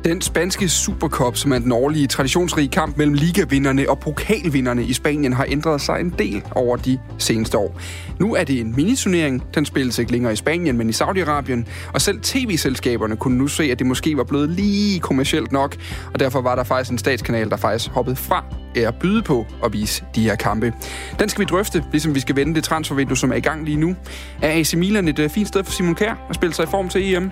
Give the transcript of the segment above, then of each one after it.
Den spanske Supercup, som er den årlige traditionsrige kamp mellem ligavinderne og pokalvinderne i Spanien, har ændret sig en del over de seneste år. Nu er det en miniturnering. Den spilles ikke længere i Spanien, men i Saudi-Arabien. Og selv tv-selskaberne kunne nu se, at det måske var blevet lige kommercielt nok. Og derfor var der faktisk en statskanal, der faktisk hoppede fra at byde på at vise de her kampe. Den skal vi drøfte, ligesom vi skal vende det transfervindue, som er i gang lige nu. Er AC Milan et fint sted for Simon Kjær at spille sig i form til EM?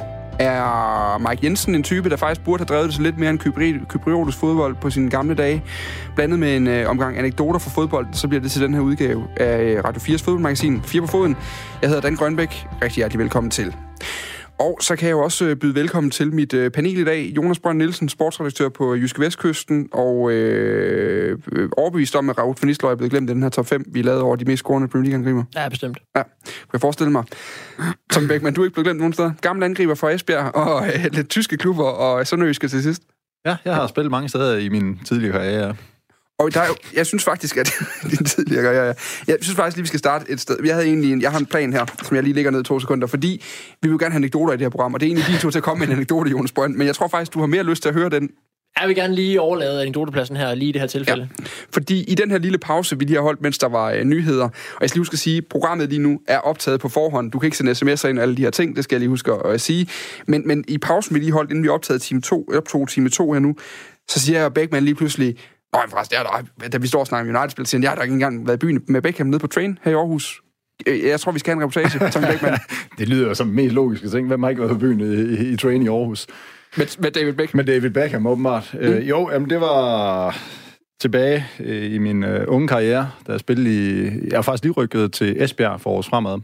Er Mike Jensen en type, der faktisk burde have drevet det så lidt mere end kypriotisk fodbold på sine gamle dage? Blandet med en omgang anekdoter fra fodbold, så bliver det til den her udgave af Radio 4's fodboldmagasin 4 på foden. Jeg hedder Dan Grønbæk. Rigtig hjertelig velkommen til. Og så kan jeg jo også byde velkommen til mit panel i dag. Jonas Brønd Nielsen, sportsredaktør på Jyske Vestkysten, og overbevist om, at Raúl van Nistelrooy er blevet glemt i den her top 5, vi lavede over de mest scorende Premier League-angriber. Ja, bestemt. Ja, kan jeg forestille mig. Tom Beckmann, du er ikke blevet glemt nogen steder. Gammel angriber fra Esbjerg, og lidt tyske klubber, og sønderjyske til sidst. Ja, jeg har spillet mange steder i min tidligere karriere. Og der er jo, jeg synes faktisk, at din tidligere karriere, jeg synes faktisk lige, vi skal starte et sted. Jeg har en plan her, som jeg lige lægger ned i 2 sekunder, fordi vi vil gerne have anekdoter i det her program, og det er egentlig din tur til at komme med en anekdote, Jonas Brønd, men jeg tror faktisk, du har mere lyst til at høre den. Jeg vil gerne lige overlade anekdotepladsen her, lige i det her tilfælde. Ja, fordi i den her lille pause, vi lige har holdt, mens der var nyheder, og jeg skal lige huske at sige, at programmet lige nu er optaget på forhånd. Du kan ikke sende sms'er ind og alle de her ting, det skal jeg lige huske at sige. Men i pausen, vi lige holdt, inden vi optagede time 2 her nu, så siger Beckmann lige pludselig, forresten, da vi står og snakker om United-spil, siger jeg har ikke engang været i byen med Beckham nede på Train her i Aarhus. Jeg tror, vi skal have en reportage, Tom Beckmann. Det lyder jo som mest logiske ting. Hvem har ikke været på byen i Train i Aarhus? Med David Beckham? Med David Beckham, åbenbart. Det var tilbage i min unge karriere, da jeg spillede jeg har faktisk lige rykket til Esbjerg for Aarhus Fremad.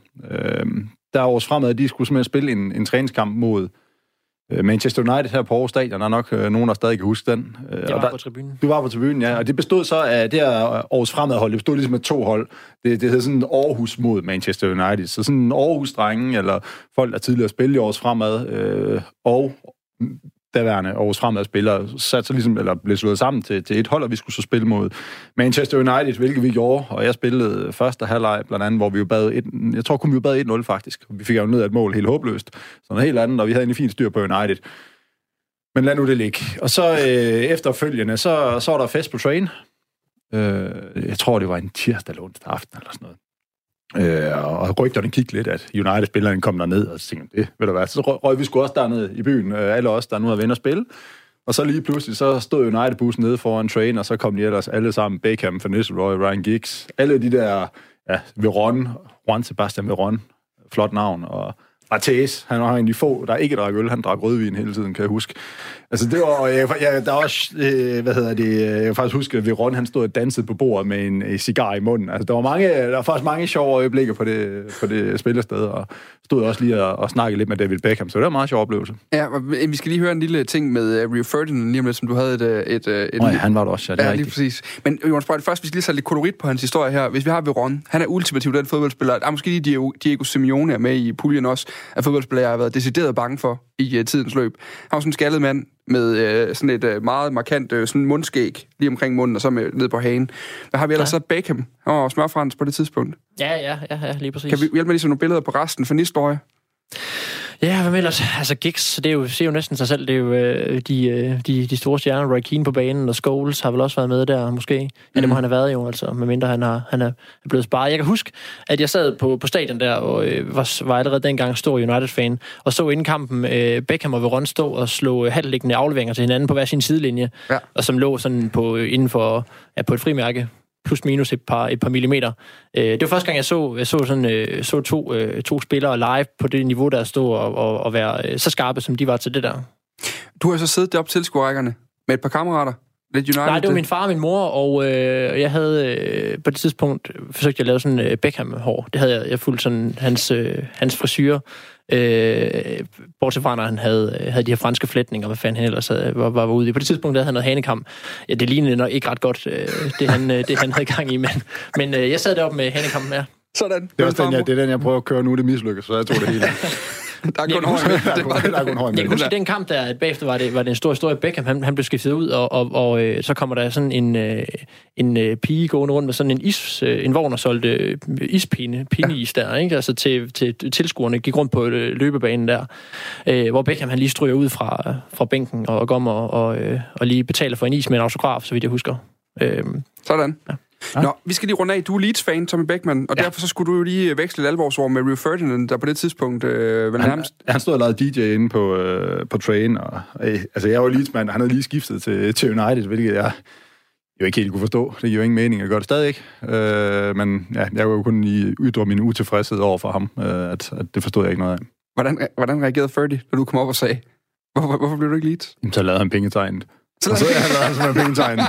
Der Aarhus Fremad, de skulle simpelthen spille en træningskamp mod Manchester United her på Aarhus Stadion. Der er nok nogen, der stadig kan huske den. Jeg var på tribunen. Du var på tribunen, ja. Og det bestod så af det her Aarhus Fremad-hold. Det bestod ligesom af 2 hold. Det hed sådan Aarhus mod Manchester United. Så sådan en Aarhus-drenge, eller folk, der tidligere spillede i Aarhus Fremad, og daværende Aarhus Fremad-spillere, satte sig ligesom, eller blev slået sammen til et hold, og vi skulle så spille mod Manchester United, hvilket vi gjorde. Og jeg spillede første halvleg, blandt andet, hvor vi jo bad jeg tror kun vi jo bad 1-0 faktisk. Vi fik jo ned af et mål helt håbløst. Så noget helt andet, og vi havde egentlig fint styr på United. Men lad nu det ligge. Og så efterfølgende, så var der fest på Train. Jeg tror, det var en tirsdag eller onsdag aften, eller sådan noget. Og rygterne kiggede lidt, at United-spillerne kom derned, og så tænkte det ved du hvad, så røg vi sgu også derned i byen, alle os, der nu har været inde og spille. Og så lige pludselig, så stod United-bussen nede foran Train, og så kom de ellers alle sammen, Beckham, Van Nistelrooy, Ryan Giggs, alle de der, Juan Sebastian Veron, flot navn, og Artes, han var egentlig få, der ikke drak øl, han drak rødvin hele tiden, kan jeg huske. Altså det var, der var også, jeg kan faktisk huske, at Veron, han stod og dansede på bordet med en cigar i munden. Altså der var faktisk mange sjove øjeblikke på det spillested, og stod også lige og snakkede lidt med David Beckham, så det var en meget sjov oplevelse. Ja, vi skal lige høre en lille ting med Rio Ferdinand, lige om lidt, som du havde han var det også, ja, det er lige præcis. Men Jonas Brønd, først, vi skal lige sætte lidt kolorit på hans historie her. Hvis vi har Veron, han er ultimativt den fodboldspiller, der er måske lige Diego Simeone er med i puljen også, af fodboldspillere, jeg har været decideret bange for i tidens løb. Han var sådan en skaldet mand med sådan et meget markant sådan mundskæg lige omkring munden, og så ned på hagen. Hvad har vi ellers så? Beckham og smørfrans på det tidspunkt. Ja, lige præcis. Kan vi hjælpe med lige sådan nogle billeder på resten for Nistelrooy? Ja, hvad med ellers? Altså Giggs, det ser jo næsten sig selv. Det er jo de store stjerner, Roy Keane på banen, og Scholes har vel også været med der, måske. Ja, det må han have været jo, altså, medmindre han er blevet sparet. Jeg kan huske, at jeg sad på stadion der, og var allerede dengang stor United-fan, og så inden kampen Beckham og Veron stå og slå halvliggende afleveringer til hinanden på hver sin sidelinje, og som lå sådan inden for på et frimærke, plus minus et par millimeter. Det var første gang, jeg så to spillere live på det niveau, der stod og være så skarpe, som de var til det der. Du har så siddet deroppe til skuerækkerne med et par kammerater? Nej, det var min far og min mor, og jeg havde på det tidspunkt forsøgt at lave sådan Beckham-hår. Det havde jeg fulgt sådan hans frisyrer. Bortset fra, når han havde de her franske flætninger, hvad fanden han ellers var ude i. På det tidspunkt havde han noget hanekam. Ja, det lignede nok ikke ret godt, det han havde gang i, men jeg sad deroppe med hanekampen, ja. Sådan. Det er den, jeg prøver at køre nu, det mislykkes, så jeg tror det hele. Der er kun høj. Jeg kan huske den kamp der, at bagefter var det en stor historie. Beckham, han blev skiftet ud, og så kommer der sådan en pige gående rundt med sådan en vogn og solgte pindeis der, ikke? Altså til tilskuerne, gik rundt på løbebanen der, hvor Beckham han lige stryger ud fra bænken og går om og lige betaler for en is med en autograf, så vidt jeg husker. Sådan. Ja. Nå, vi skal lige runde af. Du er Leeds-fan, Tommy Beckmann, og derfor så skulle du jo lige veksle et alvorsord med Rio Ferdinand, der på det tidspunkt han stod og lavede DJ inde på Train, og altså jeg var Leeds-mand, og han havde lige skiftet til United, hvilket jeg jo ikke helt kunne forstå. Det giver jo ingen mening, jeg gør det stadig ikke. Men ja, jeg kunne jo kun lige ytre min utilfredshed over for ham, at det forstod jeg ikke noget af. Hvordan reagerede Ferdy, når du kom op og sagde, hvorfor blev du ikke Leeds? Jamen, så lavede han pengetegnet. Så lavede han sådan pengetegnet.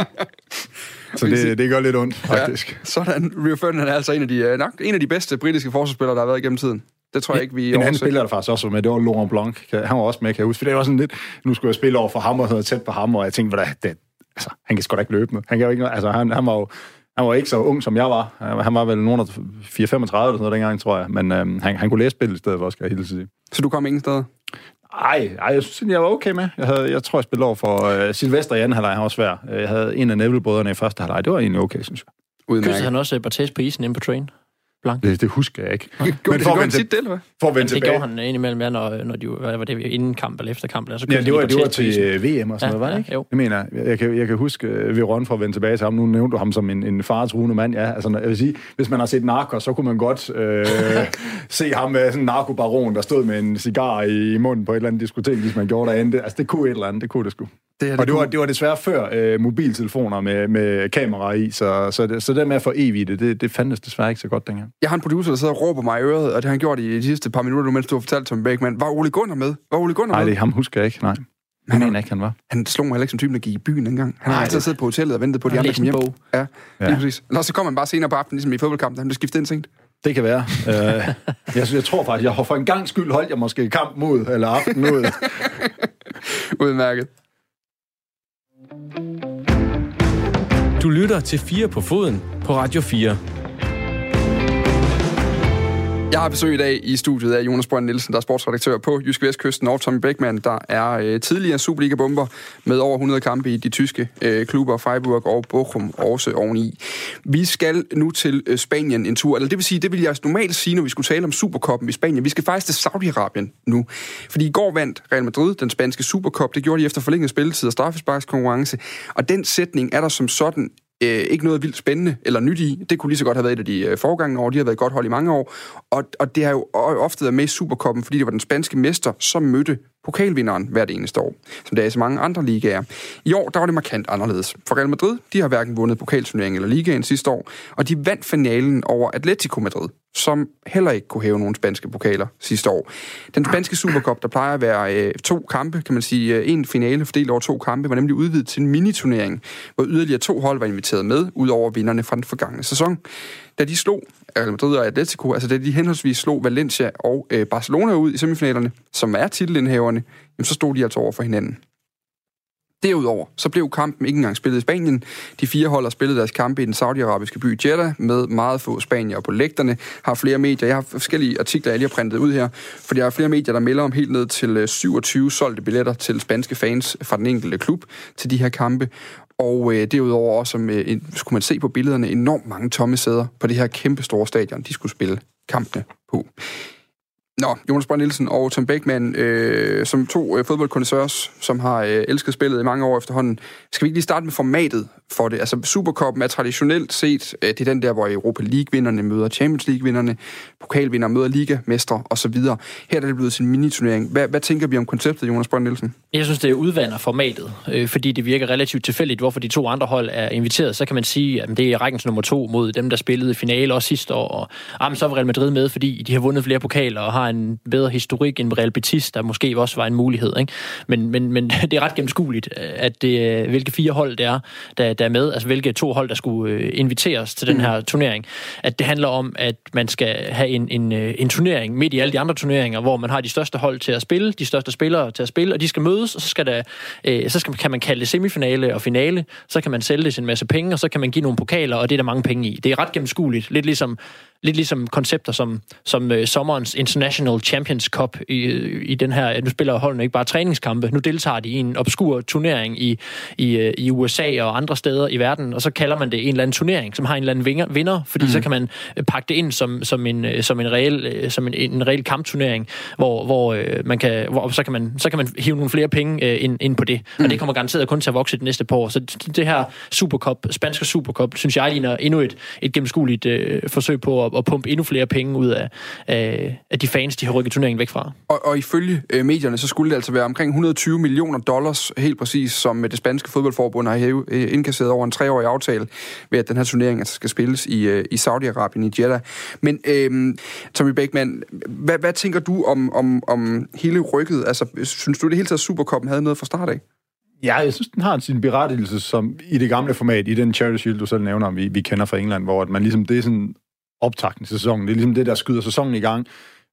Så det gør lidt ondt, faktisk. Ja, sådan. Rio Ferdinand er altså en af de bedste britiske forsvarsspillere, der har været igennem tiden. Det tror jeg ikke, vi en anden spiller, der faktisk også var med, det var Laurent Blanc. Han var også med, kan jeg huske. For det var sådan lidt, nu skulle jeg spille over for ham, og noget tæt på ham, og jeg tænkte, altså, han kan sgu da ikke løbe med. Han kan jo ikke, altså, han var ikke så ung, som jeg var. Han var vel nogen af 4-35 eller sådan noget dengang, tror jeg. Men han kunne læse spillet i stedet for, skal jeg helt sige. Så du kom ingen steder? Ej, jeg synes, jeg var okay med. Jeg tror, jeg spillede over for Sylvester i anden halvleg, han var svær. Jeg havde en af Neville-brødrene i første halvleg. Det var egentlig okay, synes jeg. Kyssede han også Barthez på isen inde på Train? Det husker jeg ikke. Men for at vende tilbage. Det gjorde han indimellem, når de var det inden kamp eller efter kamp. Så ja, det var til VM og sådan noget, var det ikke? Jo. Det mener jeg kan huske, vi rønne for at vende tilbage til ham. Nu nævnte du ham som en faretruende mand. Ja, altså, jeg vil sige, hvis man har set Narcos, så kunne man godt se ham med sådan en narkobaron, der stod med en cigar i munden på et eller andet diskotek, hvis man gjorde derinde. Altså, det kunne et eller andet, det kunne det sgu. Det var desværre før mobiltelefoner med kamera i, så det med at få evigt det fandtes desværre ikke så godt dengang. Jeg har en producer, der sidder og råber mig i øret, og det har han gjort i de sidste par minutter, mens du har fortalt Tom Beckmann. Var Ole Gunnar med? Nej, det er ham, husker jeg ikke, nej. Jeg mener ikke, han var. Han slog mig heller ikke som typen, der gik i byen engang. Han har altid siddet på hotellet og ventet på, de andre kom hjem. Ja, lige præcis. Eller så kommer han bare senere på aftenen, ligesom i fodboldkampen, han blev skiftet ind sent. Det kan være. Jeg tror faktisk, jeg har for en gang skyld holdt jeg måske kamp mod, eller aften mod. Udmærket. Du lytter til 4 på foden på Radio 4. Jeg har besøg i dag i studiet af Jonas Brønd Nielsen, der er sportsredaktør på Jyske Vestkysten, og Tommy Beckmann, der er tidligere Superliga-bomber med over 100 kampe i de tyske klubber, Freiburg og Bochum også oveni. Vi skal nu til Spanien en tur, eller det vil sige, det vil jeg normalt sige, når vi skulle tale om Supercuppen i Spanien. Vi skal faktisk til Saudi-Arabien nu, fordi i går vandt Real Madrid den spanske Supercup. Det gjorde de efter forlænget spilletid og straffesparkskonkurrence, og den sætning er der som sådan ikke noget vildt spændende eller nyt i. Det kunne lige så godt have været et af de forgangne år. De har været et godt hold i mange år. Og det har jo ofte været med i Supercuppen, fordi det var den spanske mester, som mødte pokalvinderen hvert eneste år, som det er i så mange andre ligaer. I år, der var det markant anderledes. For Real Madrid, de har hverken vundet pokalturneringen eller ligaen sidste år, og de vandt finalen over Atletico Madrid, som heller ikke kunne hæve nogen spanske pokaler sidste år. Den spanske Supercup, der plejer at være 2 kampe, kan man sige, en finale fordelt over 2 kampe, var nemlig udvidet til en miniturnering, hvor yderligere 2 hold var inviteret med, ud over vinderne fra den forgangne sæson. Da de slog Real Madrid og Atletico, altså da de henholdsvis slog Valencia og Barcelona ud i semifinalerne, som er titelindhaverne, så stod de altså over for hinanden. Derudover så blev kampen ikke engang spillet i Spanien. De 4 hold har spillet deres kampe i den saudiarabiske by Jeddah med meget få spaniere på lægterne. Har flere medier, jeg har forskellige artikler, jeg lige har printet ud her, for jeg har flere medier, der melder om helt ned til 27 solgte billetter til spanske fans fra den enkelte klub til de her kampe. Og derudover også, skulle man se på billederne, enormt mange tomme sæder på det her kæmpe store stadion, de skulle spille kampene på. Nå, Jonas Brønd Nielsen og Tom Beckmann, som 2 fodboldkondensørs, som har elsket spillet i mange år efterhånden. Skal vi ikke lige starte med formatet for det? Altså, Supercuppen er traditionelt set, det er den der, hvor Europa League-vinderne møder Champions League-vinderne, pokalvindere møder ligamestre osv. Her er det blevet til en miniturnering. Hvad tænker vi om konceptet, Jonas Brønd Nielsen? Jeg synes, det udvander formatet, fordi det virker relativt tilfældigt, hvorfor de 2 andre hold er inviteret. Så kan man sige, at det er rækkens nummer 2 mod dem, der spillede i finale også sidste år. Og så var Real Madrid med, fordi de har vundet flere pokaler og har en bedre historik end Real Betis, der måske også var en mulighed. Ikke? Men det er ret gennemskueligt, at hvilke 4 hold det er, der er med, altså hvilke 2 hold, der skulle inviteres til den her turnering. At det handler om, at man skal have en turnering midt i alle de andre turneringer, hvor man har de største hold til at spille, de største spillere til at spille, og de skal mødes, og kan man kalde det semifinale og finale, så kan man sælge det til en masse penge, og så kan man give nogle pokaler, og det er der mange penge i. Det er ret gennemskueligt. Lidt ligesom lidt ligesom koncepter som sommerens International Champions Cup i den her, nu spiller holdene ikke bare træningskampe, nu deltager de i en obskur turnering i USA og andre steder i verden, og så kalder man det en eller anden turnering, som har en eller anden vinder, fordi så kan man pakke det ind som en reel kampturnering, hvor så kan man hive nogle flere penge ind på det, og det kommer garanteret kun til at vokse det næste par år. Så det her spanske Supercup, synes jeg ligner endnu et gennemskueligt forsøg på at pumpe endnu flere penge ud af de fans, de har rykket turneringen væk fra. Og ifølge medierne, så skulle det altså være omkring $120 millioner, helt præcis, som det spanske fodboldforbund har indkasseret over en 3-årig aftale, ved at den her turnering altså skal spilles i Saudi-Arabien, i Jeddah. Men Tommy Beckmann, hvad tænker du om hele rykket? Altså, synes du det hele taget Supercuppen havde noget fra start af? Ja, jeg synes, den har sin berettigelse som i det gamle format, i den Charity Shield, du selv nævner, vi kender fra England, hvor man ligesom, det er sådan optakten til sæsonen. Det er ligesom det, der skyder sæsonen i gang.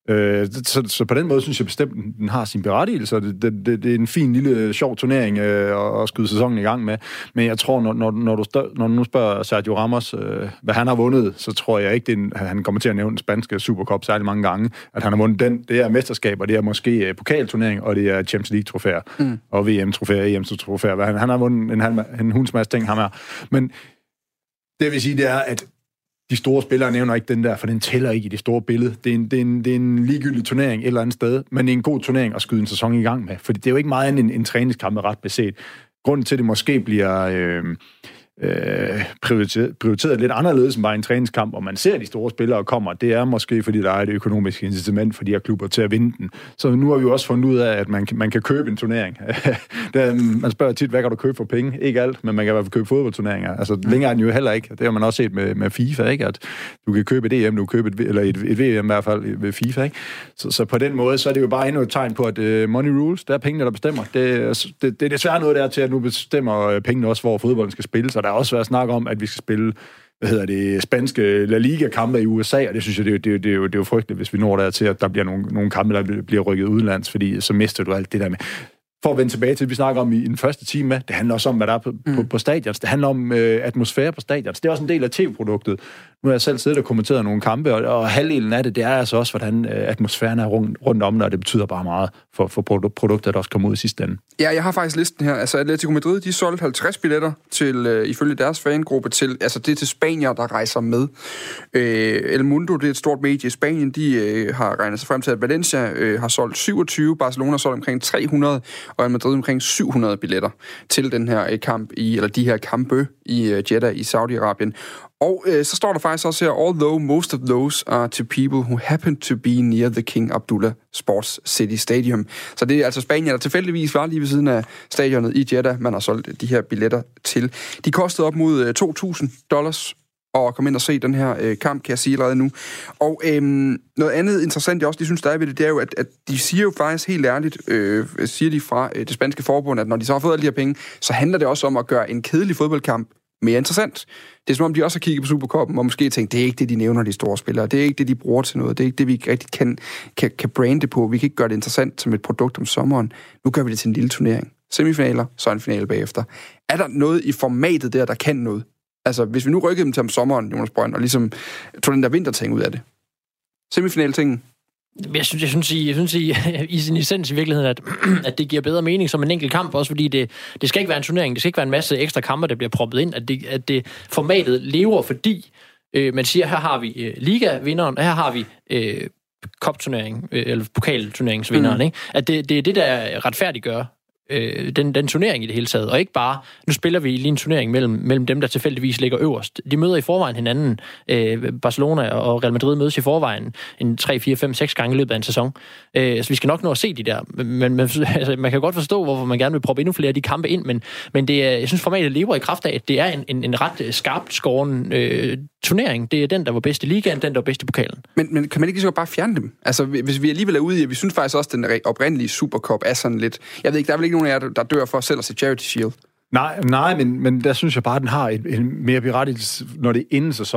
Så på den måde synes jeg bestemt, den har sin berettigelse, og det er en fin lille sjov turnering at skyde sæsonen i gang med. Men jeg tror, når du nu spørger Sergio Ramos, hvad han har vundet, så tror jeg ikke, han kommer til at nævne den spanske Supercup særlig mange gange, at han har vundet den. Det er mesterskaber, det er måske pokalturnering, og det er Champions League-trofæer, og VM-trofæer, EM-trofæer. Han har vundet en hundsmasse ting, ham her. Men det vil sige, det er, at de store spillere nævner ikke den der, for den tæller ikke i det store billede. Det er en ligegyldig turnering et eller andet sted, men det er en god turnering at skyde en sæson i gang med. For det er jo ikke meget end en træningskamp ret beset. Grunden til, at det måske bliver prioriteret lidt anderledes end bare en træningskamp, og man ser, de store spillere kommer, det er måske, fordi der er et økonomisk incitament for de her klubber til at vinde den. Så nu har vi jo også fundet ud af, at man kan købe en turnering. Man spørger tit, hvad kan du købe for penge? Ikke alt, men man kan i hvert fald købe fodboldturneringer. Altså, længere er den jo heller ikke. Det har man også set med FIFA, ikke? At du kan købe et EM, du kan købe et VM i hvert fald ved FIFA, ikke? Så på den måde, så er det jo bare endnu et tegn på, at money rules, der er pengene, der bestemmer. Det er desværre noget der til, at nu bestemmer pengene også, hvor fodbolden skal spilles, og der er også været snak om, at vi skal spille, spanske La Liga-kampe i USA, og det synes jeg, det er jo frygteligt, hvis vi når der til, at der bliver nogle kampe, der bliver rykket udenlands, fordi så mister du alt det der med. For at vende tilbage til, vi snakker om i den første time, det handler også om, hvad der er på stadions. Det handler om atmosfære på stadions. Det er også en del af tv-produktet. Nu har jeg selv siddet og kommenteret nogle kampe, og halvdelen af det er altså også, hvordan atmosfæren er rundt om, og det betyder bare meget for produkter, der også kommer ud i sidste ende. Ja, jeg har faktisk listen her. Altså, Atletico Madrid, de solgte 50 billetter til, ifølge deres fangruppe, altså det er til spanier, der rejser med. El Mundo, det er et stort medie i Spanien, de har regnet sig frem til, at Valencia har solgt 27, Barcelona har solgt omkring 300, og Madrid omkring 700 billetter til den her kamp eller de her kampe i Jeddah i Saudi-Arabien. Og så står der faktisk også her, although most of those are to people who happen to be near the King Abdullah Sports City Stadium. Så det er altså Spanien, der tilfældigvis var lige ved siden af stadionet i Jeddah, man har solgt de her billetter til. De kostede op mod $2,000 at komme ind og se den her kamp, kan jeg sige allerede nu. Og noget andet interessant, jeg også synes, der er ved det, det er jo, at de siger jo faktisk helt ærligt, siger de fra det spanske forbund, at når de så har fået alle de her penge, så handler det også om at gøre en kedelig fodboldkamp mere interessant. Det er som om, de også har kigget på Supercuppen og måske tænkt, det er ikke det, de nævner, de store spillere. Det er ikke det, de bruger til noget. Det er ikke det, vi ikke rigtig kan brande på. Vi kan ikke gøre det interessant som et produkt om sommeren. Nu gør vi det til en lille turnering. Semifinaler, så en finale bagefter. Er der noget i formatet der kan noget? Altså, hvis vi nu rykkede dem til om sommeren, Jonas Brønd, og ligesom tog den der vinterting ud af det. Semifinale-tingen. Jeg synes i sin essens i virkeligheden, at det giver bedre mening som en enkelt kamp, også fordi det skal ikke være en turnering, det skal ikke være en masse ekstra kampe, der bliver proppet ind, at det formatet lever, fordi man siger, her har vi liga-vinderen, her har vi cup-turnering, eller pokalturneringsvinderen, ikke? At det er det, der retfærdiggør den turnering i det hele taget, og ikke bare, nu spiller vi lige en turnering mellem dem, der tilfældigvis ligger øverst. De møder i forvejen hinanden. Barcelona og Real Madrid mødes i forvejen en 3, 4, 5, 6 gange i løbet af en sæson. Så vi skal nok nå at se de der. Men altså, man kan godt forstå, hvorfor man gerne vil proppe endnu flere af de kampe ind, men det er, jeg synes, formatet lever i kraft af, at det er en ret skarpt skåren turnering. Det er den, der var bedst i ligaen, den, der var bedst i pokalen. Men kan man ikke så bare fjerne dem? Altså, hvis vi alligevel er ude i, at vi synes faktisk også, at den oprindelige Supercup er sådan lidt... Jeg ved ikke, der er vel ikke nogen af jer, der dør for selv at se Charity Shield? Nej, men der synes jeg bare, at den har en mere berettigelse, når det er inden sæsonen.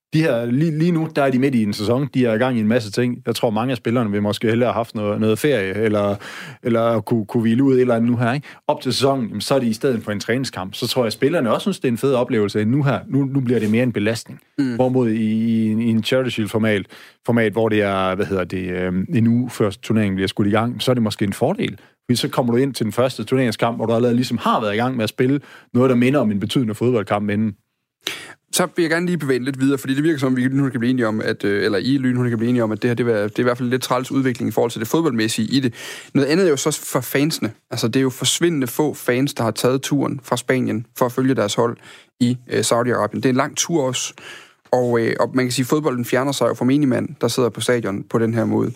de her, lige nu, der er de midt i en sæson, de er i gang i en masse ting. Jeg tror, mange af spillerne vil måske hellere have haft noget ferie, eller kunne hvile ud et eller andet nu her, ikke? Op til sæsonen, så er de i stedet for en træningskamp. Så tror jeg, at spillerne også synes, det er en fed oplevelse, nu her, nu bliver det mere en belastning. Hvorimod i en Charity Shield-format, hvor det er, en uge før turneringen bliver skudt i gang, så er det måske en fordel. Fordi så kommer du ind til den første turneringskamp, hvor du allerede ligesom har været i gang med at spille noget, der minder om en betydende fodboldkamp inden. Så vil jeg gerne lige bevæge lidt videre, fordi det virker som, vi nu kan blive enige om, at det her, det er i hvert fald lidt træls udvikling i forhold til det fodboldmæssige i det. Noget andet er jo så for fansene. Altså, det er jo forsvindende få fans, der har taget turen fra Spanien for at følge deres hold i Saudi-Arabien. Det er en lang tur også, og man kan sige, at fodbolden fjerner sig jo fra menigmand, der sidder på stadion på den her måde.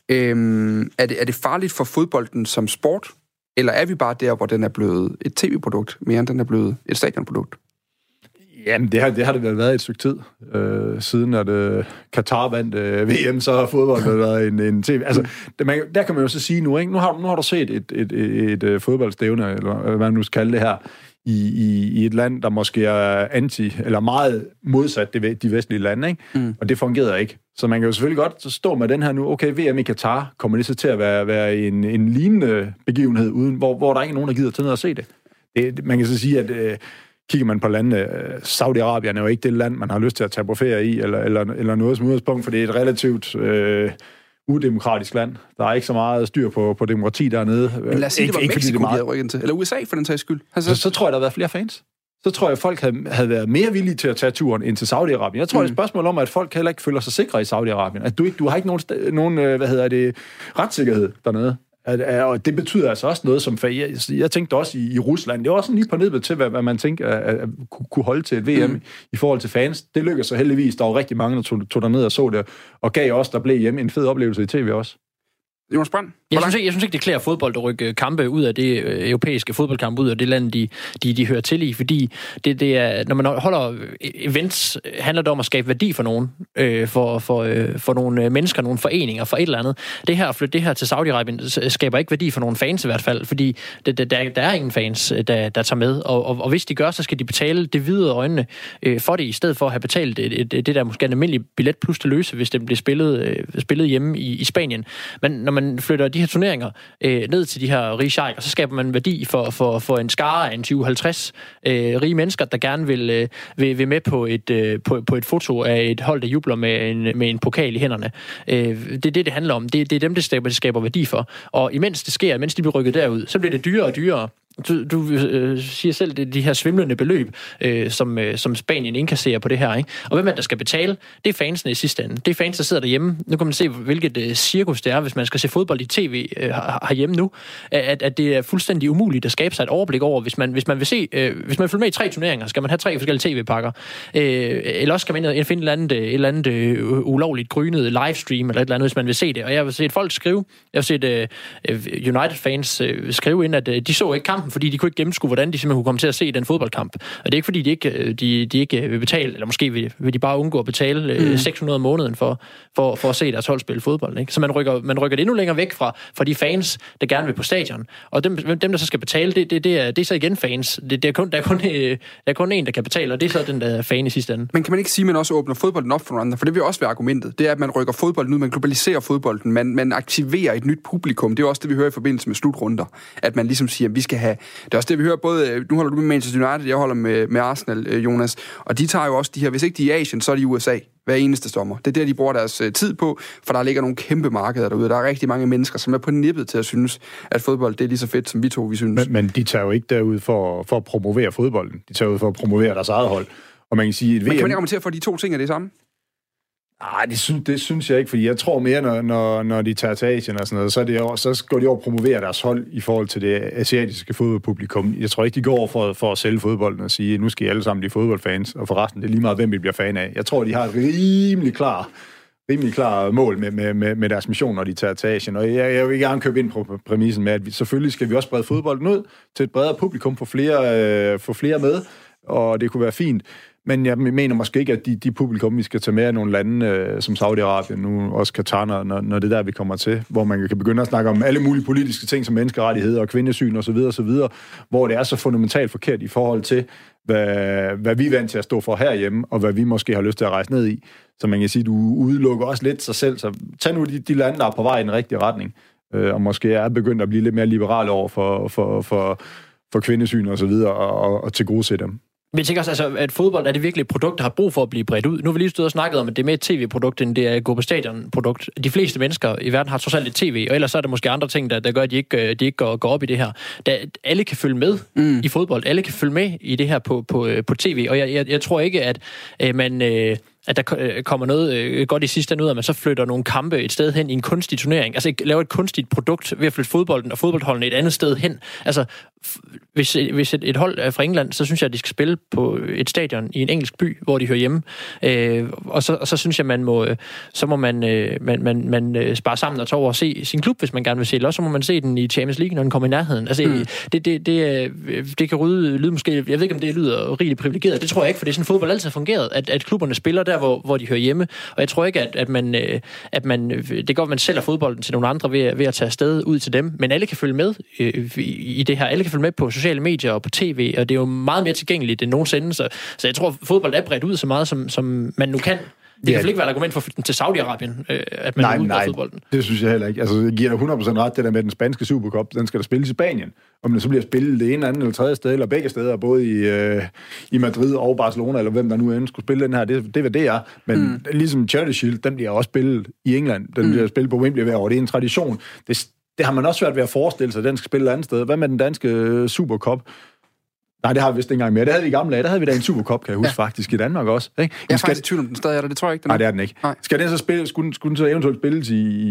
Er det farligt for fodbolden som sport, eller er vi bare der, hvor den er blevet et tv-produkt, mere end den er blevet et stadionprodukt? Jamen, det har det vel været et stykke tid. Siden at Katar vandt VM, så har fodbold været en tv. Altså, der kan man jo så sige nu, ikke? Nu har du set et fodboldstævne, eller hvad man nu skal kalde det her, i et land, der måske er eller meget modsat de vestlige lande, ikke? Og det fungerede ikke. Så man kan jo selvfølgelig godt stå med den her nu, okay, VM i Katar kommer det så til at være en lignende begivenhed, uden, hvor der ikke er nogen, der gider til ned og se det. Man kan så sige, at kigger man på landene, Saudi-Arabien er jo ikke det land, man har lyst til at tage på ferie i, eller noget som udgangspunkt, for det er et relativt udemokratisk land. Der er ikke så meget styr på demokrati dernede. Men lad os sige, det var Mexico, de havde rykket til. Eller USA, for den sags skyld. Altså, så tror jeg, der har været flere fans. Så tror jeg, at folk havde været mere villige til at tage turen ind til Saudi-Arabien. Jeg tror, det er et spørgsmål om, at folk heller ikke føler sig sikre i Saudi-Arabien. At du har ikke nogen retssikkerhed dernede. Og det betyder altså også noget, som jeg tænkte også i Rusland. Det var også lige på nedbed til, hvad man tænkte at kunne holde til et VM i forhold til fans. Det lykkedes så heldigvis. Der var rigtig mange, der tog derned og så det, og gav os, der blev hjemme, en fed oplevelse i tv også. Jonas Brand? Jeg synes ikke, det klæder fodbold at rykke kampe ud af det europæiske fodboldkamp, ud af det land, de hører til i, fordi det er, når man holder events, handler det om at skabe værdi for nogen, for nogle mennesker, nogle foreninger, for et eller andet. Det her at flytte det her til Saudi-Arabien skaber ikke værdi for nogle fans i hvert fald, fordi der er ingen fans, der tager med, og hvis de gør, så skal de betale det hvide øjnene for det, i stedet for at have betalt det der måske en almindelig billet plus det løse, hvis det bliver spillet hjemme i Spanien. Men når man flytter de her turneringer ned til de her rige sheik, og så skaber man værdi for en skare af en 20-50 rige mennesker, der gerne vil med på et foto af et hold, der jubler med en pokal i hænderne. Det er det handler om. Det er dem, det skaber værdi for. Og imens det sker, mens de bliver rykket derud, så bliver det dyrere og dyrere. Du siger selv, det er de her svimlende beløb, som Spanien indkasserer på det her, ikke? Og hvem er der skal betale? Det er fansene i sidste ende. Det er fans, der sidder derhjemme. Nu kan man se, hvilket cirkus det er, hvis man skal se fodbold i tv herhjemme nu, at det er fuldstændig umuligt at skabe sig et overblik over, hvis man vil se, hvis man følger med i 3 turneringer, skal man have 3 forskellige tv-pakker. Eller også skal man finde et eller andet ulovligt grynet livestream, eller et eller andet, hvis man vil se det. Og jeg har set folk skrive, jeg har set United-fans skrive ind, at de så ikke kampen, fordi de kunne ikke gennemskue, hvordan de simpelthen kunne komme til at se den fodboldkamp. Og det er ikke, fordi de ikke vil betale, eller måske vil de bare undgå at betale 600 om måneden for at se deres hold spille fodbold. Ikke? Så man rykker det endnu længere væk fra de fans, der gerne vil på stadion. Og dem der så skal betale, det er så igen fans. Der er kun en, der kan betale, og det er så den der fan i sidste ende. Men kan man ikke sige, at man også åbner fodbolden op for nogle andre? For det vil også være argumentet. Det er, at man rykker fodbolden ud, man globaliserer fodbolden, man aktiverer et nyt publikum. Det er også det, vi hører i forbindelse med slutrunder. At man ligesom siger, at vi skal have... Det er også det, vi hører både... Nu holder du med Manchester United, jeg holder med Arsenal, Jonas. Og de tager jo også de her... Hvis ikke de er i Asien, så er de i USA. Hver eneste sommer. Det er der, de bruger deres tid på, for der ligger nogle kæmpe markeder derude. Der er rigtig mange mennesker, som er på nippet til at synes, at fodbold det er lige så fedt, som vi synes. Men de tager jo ikke derud for at promovere fodbolden. De tager ud for at promovere deres eget hold. Og man kan sige... Men kan man ikke argumentere for, at de 2 ting er det samme? Nej, det synes jeg ikke, fordi jeg tror mere, når de tager til Asien og sådan noget, så går de over at promovere deres hold i forhold til det asiatiske fodboldpublikum. Jeg tror ikke, de går over for at sælge fodbolden og sige, nu skal I alle sammen blive fodboldfans, og forresten, det er lige meget, hvem vi bliver fan af. Jeg tror, de har et rimelig klar mål med deres mission, når de tager til Asien. Og jeg vil gerne købe ind på præmissen med, at selvfølgelig skal vi også brede fodbolden ud til et bredere publikum, få flere med, og det kunne være fint. Men jeg mener måske ikke, at de publikum, vi skal tage med af nogle lande, som Saudi-Arabien, nu også Katar, når det der, vi kommer til, hvor man kan begynde at snakke om alle mulige politiske ting, som menneskerettigheder og kvindesyn osv., hvor det er så fundamentalt forkert i forhold til, hvad vi er vant til at stå for herhjemme, og hvad vi måske har lyst til at rejse ned i. Så man kan sige, du udelukker også lidt sig selv. Så tag nu de lande, der er på vej i den rigtige retning, og måske er begyndt at blive lidt mere liberale over for kvindesyn og så videre, og til gode se dem. Men jeg tænker også, altså, at fodbold er det virkelig et produkt, der har brug for at blive bredt ud. Nu har vi lige stået og snakket om, at det er mere et tv-produkt, end det er et gå på stadion-produkt. De fleste mennesker i verden har trods alt et tv, og ellers er der måske andre ting, der gør, at de ikke går op i det her. Alle kan følge med i fodbold. Alle kan følge med i det her på tv, og jeg tror ikke, at at der kommer noget godt i sidste ende ud, at man så flytter nogle kampe et sted hen i en kunstig turnering. Altså laver et kunstigt produkt ved at flytte fodbolden og fodboldholdene et andet sted hen. Altså, hvis et hold er fra England, så synes jeg, at de skal spille på et stadion i en engelsk by, hvor de hører hjemme. Og så synes jeg, man må spare sammen og tage over og se sin klub, hvis man gerne vil se det. Også så må man se den i Champions League, når den kommer i nærheden. Altså, det kan lyde måske, jeg ved ikke, om det lyder rigtig privilegeret. Det tror jeg ikke, for det er sådan, fodbold altid har fungeret, at klubberne spiller der, hvor de hører hjemme. Og jeg tror ikke, at man det går, at man sælger fodbolden til nogle andre ved at tage afsted ud til dem, men alle kan følge med i det her. Alle kan følge med på sociale medier og på tv, og det er jo meget mere tilgængeligt end nogensinde, så jeg tror, fodbold er bredt ud så meget, som man nu kan. Det kan vel ikke være et argument for at flytte den til Saudi-Arabien, at man er ude af fodbolden? Det synes jeg heller ikke. Altså, jeg giver dig 100% ret, det der med den spanske Supercup, den skal der spilles i Spanien. Om det så bliver spillet det ene, andet eller tredje sted, eller begge steder, både i Madrid og Barcelona, eller hvem der nu end skulle spille den her, det er, hvad det er. Men ligesom Charity Shield, den bliver også spillet i England. Den bliver spillet på Wembley hver år. Det er en tradition. Det har man også svært ved at forestille sig, at den skal spille et andet sted. Hvad med den danske Supercup? Nej, det har vi vist ikke engang mere. Det havde vi i gamle dage. Der havde vi da en Supercup, kan jeg huske, faktisk, i Danmark også. Ikke? Jeg er faktisk i tvivl om den stadig er der. Det tror jeg ikke, den er. Nej, det er den ikke. Nej. Skal den så spille, skulle den så eventuelt spilles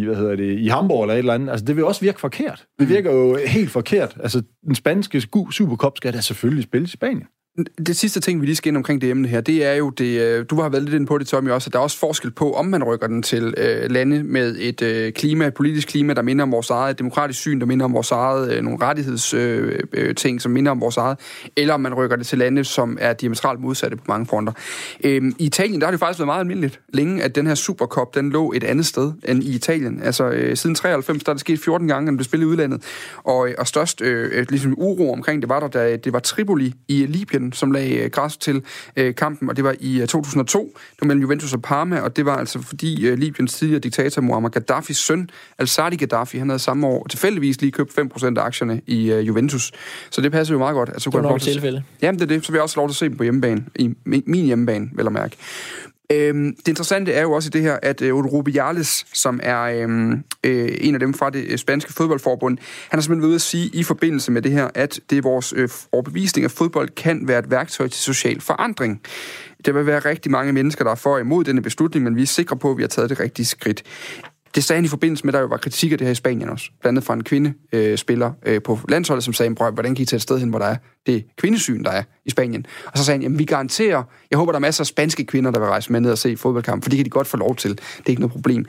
i Hamburg eller et eller andet? Altså, det vil også virke forkert. Det virker jo helt forkert. Altså, den spanske Supercup skal da selvfølgelig spilles i Spanien. Det sidste ting, vi lige skal ind omkring det emne her, det er jo det, du har været lidt inde på det, Tommy, også, at der er også forskel på, om man rykker den til lande med et politisk klima, der minder om vores eget, et demokratisk syn, der minder om vores eget, nogle rettighedsting, som minder om vores eget, eller om man rykker det til lande, som er diametralt modsatte på mange fronter. I Italien, der har det faktisk været meget almindeligt længe, at den her Supercup, den lå et andet sted end i Italien. Altså, siden 93, der er det sket 14 gange, at den blev spillet i udlandet, og størst ligesom uro omkring det var der, da det var Tripoli i Libyen, som lagde græs til kampen, og det var i 2002, det var mellem Juventus og Parma, og det var altså fordi Libyens tidligere diktator Muammar Gaddafis søn, Al-Sadi Gaddafi, han havde samme år tilfældigvis lige købt 5% af aktierne i Juventus. Så det passer jo meget godt. Altså, det var nok et tilfælde. Jamen, det er det. Så vil jeg også lov til at se dem på hjemmebane, i min hjemmebane, vel at mærke. Det interessante er jo også i det her, at Rubiales, som er en af dem fra det spanske fodboldforbund, han har simpelthen ved at sige i forbindelse med det her, at det er vores overbevisning, at fodbold kan være et værktøj til social forandring. Der vil være rigtig mange mennesker, der er for imod denne beslutning, men vi er sikre på, at vi har taget det rigtige skridt. Det sagde han i forbindelse med, at der jo var kritik af det her i Spanien også. Blandt andet fra en kvindespiller på landsholdet, som sagde, hvordan kan I tage et sted hen, hvor der er det kvindesyn, der er i Spanien? Og så sagde han, jamen vi garanterer, jeg håber, der er masser af spanske kvinder, der vil rejse med ned og se fodboldkamp, for det kan de godt få lov til. Det er ikke noget problem.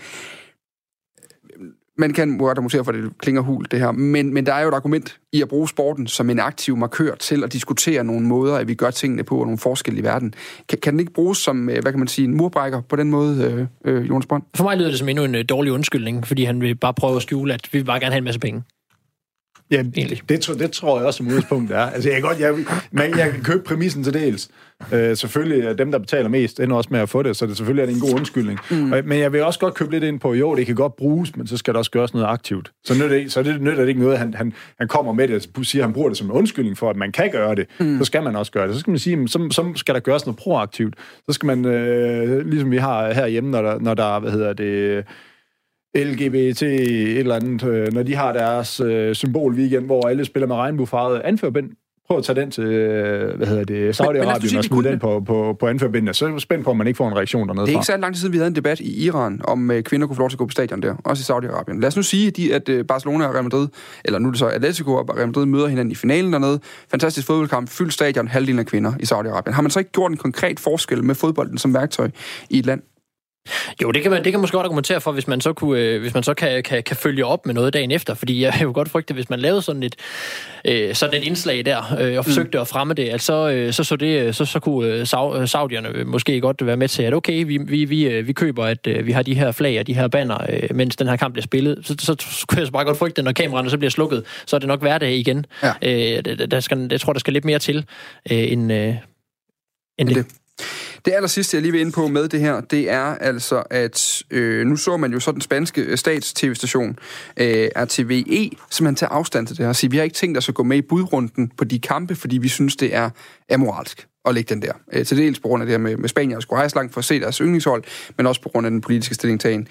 Man kan godt argumentere for, at det klinger hult, det her, men der er jo et argument i at bruge sporten som en aktiv markør til at diskutere nogle måder, at vi gør tingene på, og nogle forskelle i verden. Kan den ikke bruges som, hvad kan man sige, en murbrækker på den måde, Jonas Brønd? For mig lyder det som endnu en dårlig undskyldning, fordi han vil bare prøve at skjule, at vi vil bare gerne have en masse penge. Ja, det tror jeg også som udgangspunkt er. Altså, jeg kan købe præmissen til dels. Selvfølgelig dem, der betaler mest, ender også med at få det, så det selvfølgelig er det en god undskyldning. Men jeg vil også godt købe lidt ind på, jo, det kan godt bruges, men så skal der også gøres noget aktivt. Så nytter det ikke noget, han kommer med det, og siger, at han bruger det som en undskyldning for, at man kan gøre det. Så skal man også gøre det. Så skal man sige, så skal der gøres noget proaktivt. Så skal man, ligesom vi har herhjemme, når der LGBT et eller andet, når de har deres symbolweekend, hvor alle spiller med regnbuefarvet anførbind. Prøv at tage den til, Saudi-Arabien og smide den på anførbindene. Så er jeg spændt på, om man ikke får en reaktion dernede. Det er ikke så lang tid siden, vi havde en debat i Iran, om kvinder kunne få lov til at gå på stadion der, også i Saudi-Arabien. Lad os nu sige, at Barcelona og Real Madrid, eller nu er det så Atletico og Real Madrid, møder hinanden i finalen dernede. Fantastisk fodboldkamp, fyldt stadion, halvdelen af kvinder i Saudi-Arabien. Har man så ikke gjort en konkret forskel med fodbolden som værktøj i et land? Jo, det kan måske godt argumentere for, hvis man så kan følge op med noget dagen efter, fordi jeg jo godt frygte, hvis man lavede sådan et indslag der og forsøgte at fremme det, så kunne saudierne måske godt være med til, at okay, vi køber, at vi har de her flag og de her banner, mens den her kamp bliver spillet. Så kunne jeg så bare godt frygte, når kameraerne så bliver slukket, så er det nok hverdag igen. Ja. Jeg tror, der skal lidt mere til end det. Det allersidste, jeg lige vil ind på med det her, det er altså, at nu så man jo så den spanske stats-tv-station RTVE, som man tager afstand til det her og siger, vi har ikke tænkt os at gå med i budrunden på de kampe, fordi vi synes, det er amoralsk at lægge den der. Til dels på grund af det her med Spanien, der skulle rejse langt for at se deres yndlingshold, men også på grund af den politiske stillingtagen.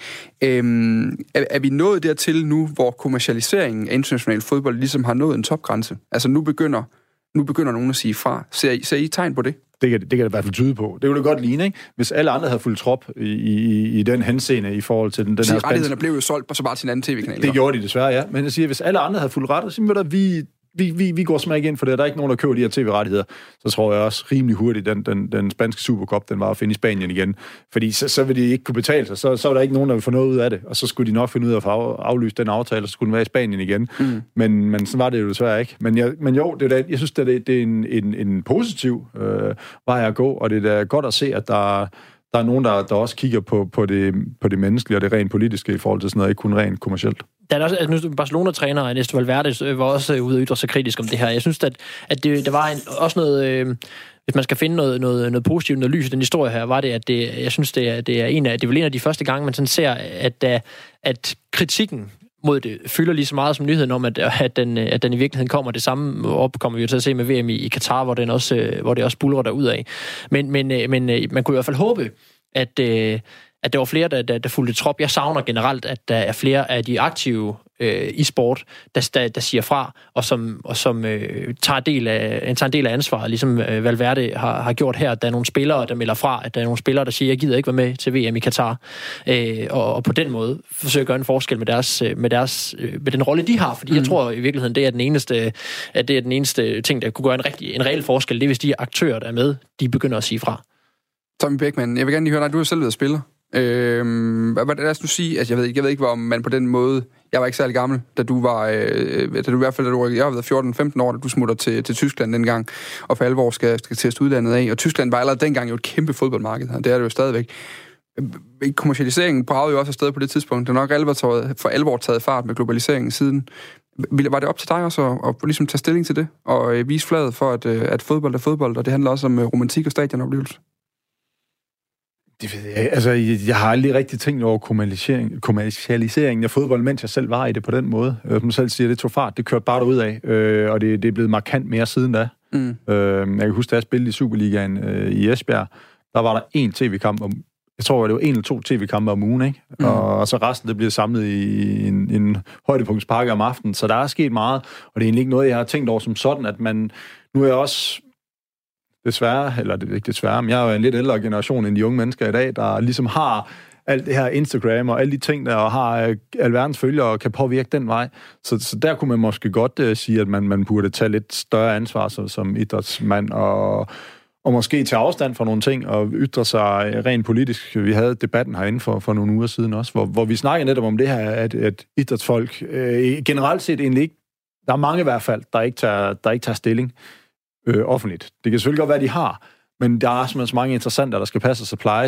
Er vi nået dertil nu, hvor kommercialiseringen af international fodbold ligesom har nået en topgrænse? Altså nu begynder nogen at sige fra. Ser I tegn på det? Det kan det i hvert fald tyde på. Det ville det godt ligne, ikke? Hvis alle andre havde fulgt trop i den henseende i forhold til den her spanske... Rettighederne blev jo solgt og så bare til en anden tv-kanal. Det gjorde de desværre, ja. Men jeg siger, hvis alle andre havde fulgt ret, så siger vi går simpelthen ikke ind for det. Der er ikke nogen, der køber de her tv-rettigheder. Så tror jeg også rimelig hurtigt, den spanske Supercup, den var at finde i Spanien igen. Fordi så vil de ikke kunne betale sig. Så er der ikke nogen, der vil få noget ud af det. Og så skulle de nok finde ud af at aflyse den aftale, og så skulle den være i Spanien igen. Men sådan var det jo desværre ikke. Men jo, jeg synes, det er en positiv vej at gå, og det er da godt at se, at der er nogen, der også kigger på det menneskelige og det rent politiske i forhold til sådan noget, ikke kun rent kommercielt. Der er også, altså nu Barcelona-træner Ernesto Valverde var også ude og ytre sig kritisk om det her. Jeg synes, at der var også noget... hvis man skal finde noget positivt, noget lys i den historie her, var det, at jeg synes, det er en af de første gange, man sådan ser, at kritikken mod det fylder lige så meget som nyheden om, at den i virkeligheden kommer. Det samme kommer vi jo til at se med VM i Katar, hvor det også buldrer derudad. Men man kunne i hvert fald håbe, at der var flere, der fulgte trop. Jeg savner generelt, at der er flere af de aktive i sport, der siger fra, og som tager en del af ansvaret, ligesom Valverde har gjort her. At der er nogle spillere, der melder fra, at der er nogle spillere, der siger, jeg gider ikke være med til VM i Katar. Og på den måde forsøger at gøre en forskel med den rolle, de har. Fordi jeg tror i virkeligheden, det er den eneste ting, der kunne gøre en reel forskel. Det er, hvis de aktører, der er med, de begynder at sige fra. Tommy Bækman, jeg vil gerne lige høre dig. Du har selv været spiller. Lad os nu sige, at jeg ved ikke, hvor man på den måde... Jeg var ikke særlig gammel, da du jeg har været 14-15 år, da du smutter til Tyskland dengang, og for alvor skal teste udlandet af. Og Tyskland var allerede dengang jo et kæmpe fodboldmarked, og det er det jo stadigvæk. Kommercialiseringen bragede jo også afsted på det tidspunkt. Det er nok for alvor taget fart med globaliseringen siden. Var det op til dig også at ligesom tage stilling til det, og vise flaget for, at fodbold er fodbold, og det handler også om romantik og stadionoplevelse? Det ved jeg. Altså, jeg har aldrig rigtig tænkt over kommercialiseringen af fodbold, mens jeg selv var i det på den måde. Som selv siger, det tog fart, det kørte bare derudad, og det er blevet markant mere siden da. Jeg kan huske, da jeg spillede i Superligaen i Esbjerg, der var der en tv-kamp, jeg tror, det var 1 eller 2 tv-kampe om ugen, ikke? Og så resten, det blev samlet i en højdepunktspakke om aftenen, så der er sket meget, og det er egentlig ikke noget, jeg har tænkt over som sådan, at man, nu er jeg også desværre, eller det er ikke desværre, men jeg er jo en lidt ældre generation end de unge mennesker i dag, der ligesom har alt det her Instagram og alle de ting, der har alverdens følgere og kan påvirke den vej. Så der kunne man måske godt sige, at man burde tage lidt større ansvar som idrætsmand og måske tage afstand fra nogle ting og ytre sig rent politisk. Vi havde debatten herinde for nogle uger siden også, hvor vi snakkede netop om det her, at idrætsfolk generelt set egentlig ikke, der er mange i hvert fald, der ikke tager stilling offentligt. Det kan selvfølgelig godt være, de har, men der er simpelthen så mange interessenter, der skal passe og supply,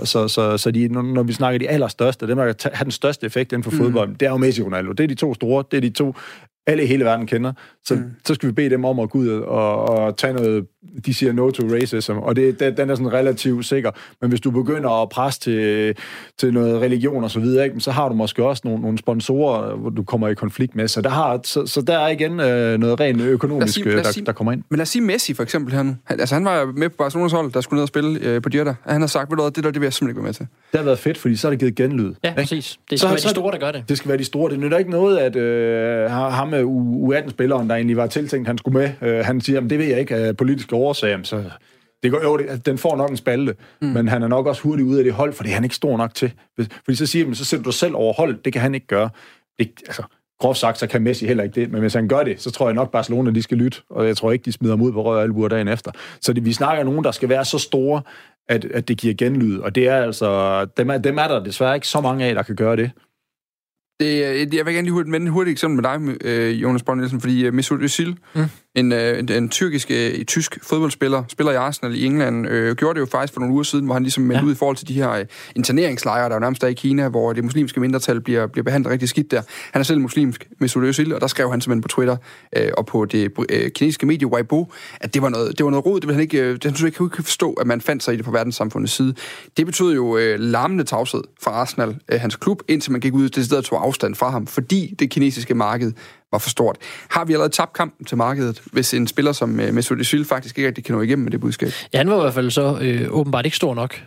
så de, når vi snakker de allerstørste, dem, der kan have den største effekt inden for fodbold, det er jo Messi og Ronaldo. Det er de 2 store, det er de 2, alle i hele verden kender. Så skal vi bede dem om at gå ud og tage noget, de siger no to racism, og den er sådan relativt sikker. Men hvis du begynder at presse til noget religion og så videre, ikke, så har du måske også nogle sponsorer, hvor du kommer i konflikt med. Så der er igen noget rent økonomisk, der kommer ind. Men lad os sige Messi for eksempel her nu. Han var med på Barcelonas hold, der skulle ned og spille på Jeddah. Han har sagt, det vil jeg simpelthen ikke være med til. Det har været fedt, fordi så er det givet genlyd. Ja, præcis. Det skal være de store, der gør det. Det skal være de store. Det nytter ikke noget, at ham med U18-spilleren, der egentlig var tiltænkt, han skulle med, han siger, det ved jeg ikke af politiske årsager, så det går jo, den får nok en spalte, men han er nok også hurtigt ude af det hold, for det er han ikke stor nok til. Fordi så siger man, så sætter du selv over hold, det kan han ikke gøre. Groft sagt, så kan Messi heller ikke det, men hvis han gør det, så tror jeg nok, Barcelona, de skal lytte, og jeg tror ikke, de smider ham ud på rød albuer dagen efter. Så vi snakker nogen, der skal være så store, at det giver genlyd. Og det er altså... Dem er der desværre ikke så mange af, der kan gøre det. Jeg vil gerne lige vende et hurtigt eksempel med dig, Jonas Born Nielsen, fordi Mesut Özil, en tysk fodboldspiller, spiller i Arsenal i England, gjorde det jo faktisk for nogle uger siden, hvor han ligesom meldte ud i forhold til de her interneringslejre, der er nærmest der i Kina, hvor det muslimske mindretal bliver behandlet rigtig skidt der. Han er selv muslimsk, Mesut Özil, og der skrev han simpelthen på Twitter og på det kinesiske medie Weibo, at det var noget rod, det ville han ikke, det han ikke kunne forstå, at man fandt sig i det på verdenssamfundets side. Det betød jo larmende tavshed for Arsenal, hans klub, indtil man gik ud det stedet tog afstand fra ham, fordi det kinesiske marked var for stort. Har vi allerede tabt kampen til markedet, hvis en spiller som Mesut Özil faktisk ikke rigtig kan nå igennem med det budskab? Ja, han var i hvert fald så åbenbart ikke stor nok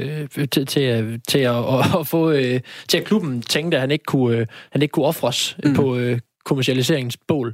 til at klubben tænkte, at han ikke kunne ofres på kommercialiseringsbål.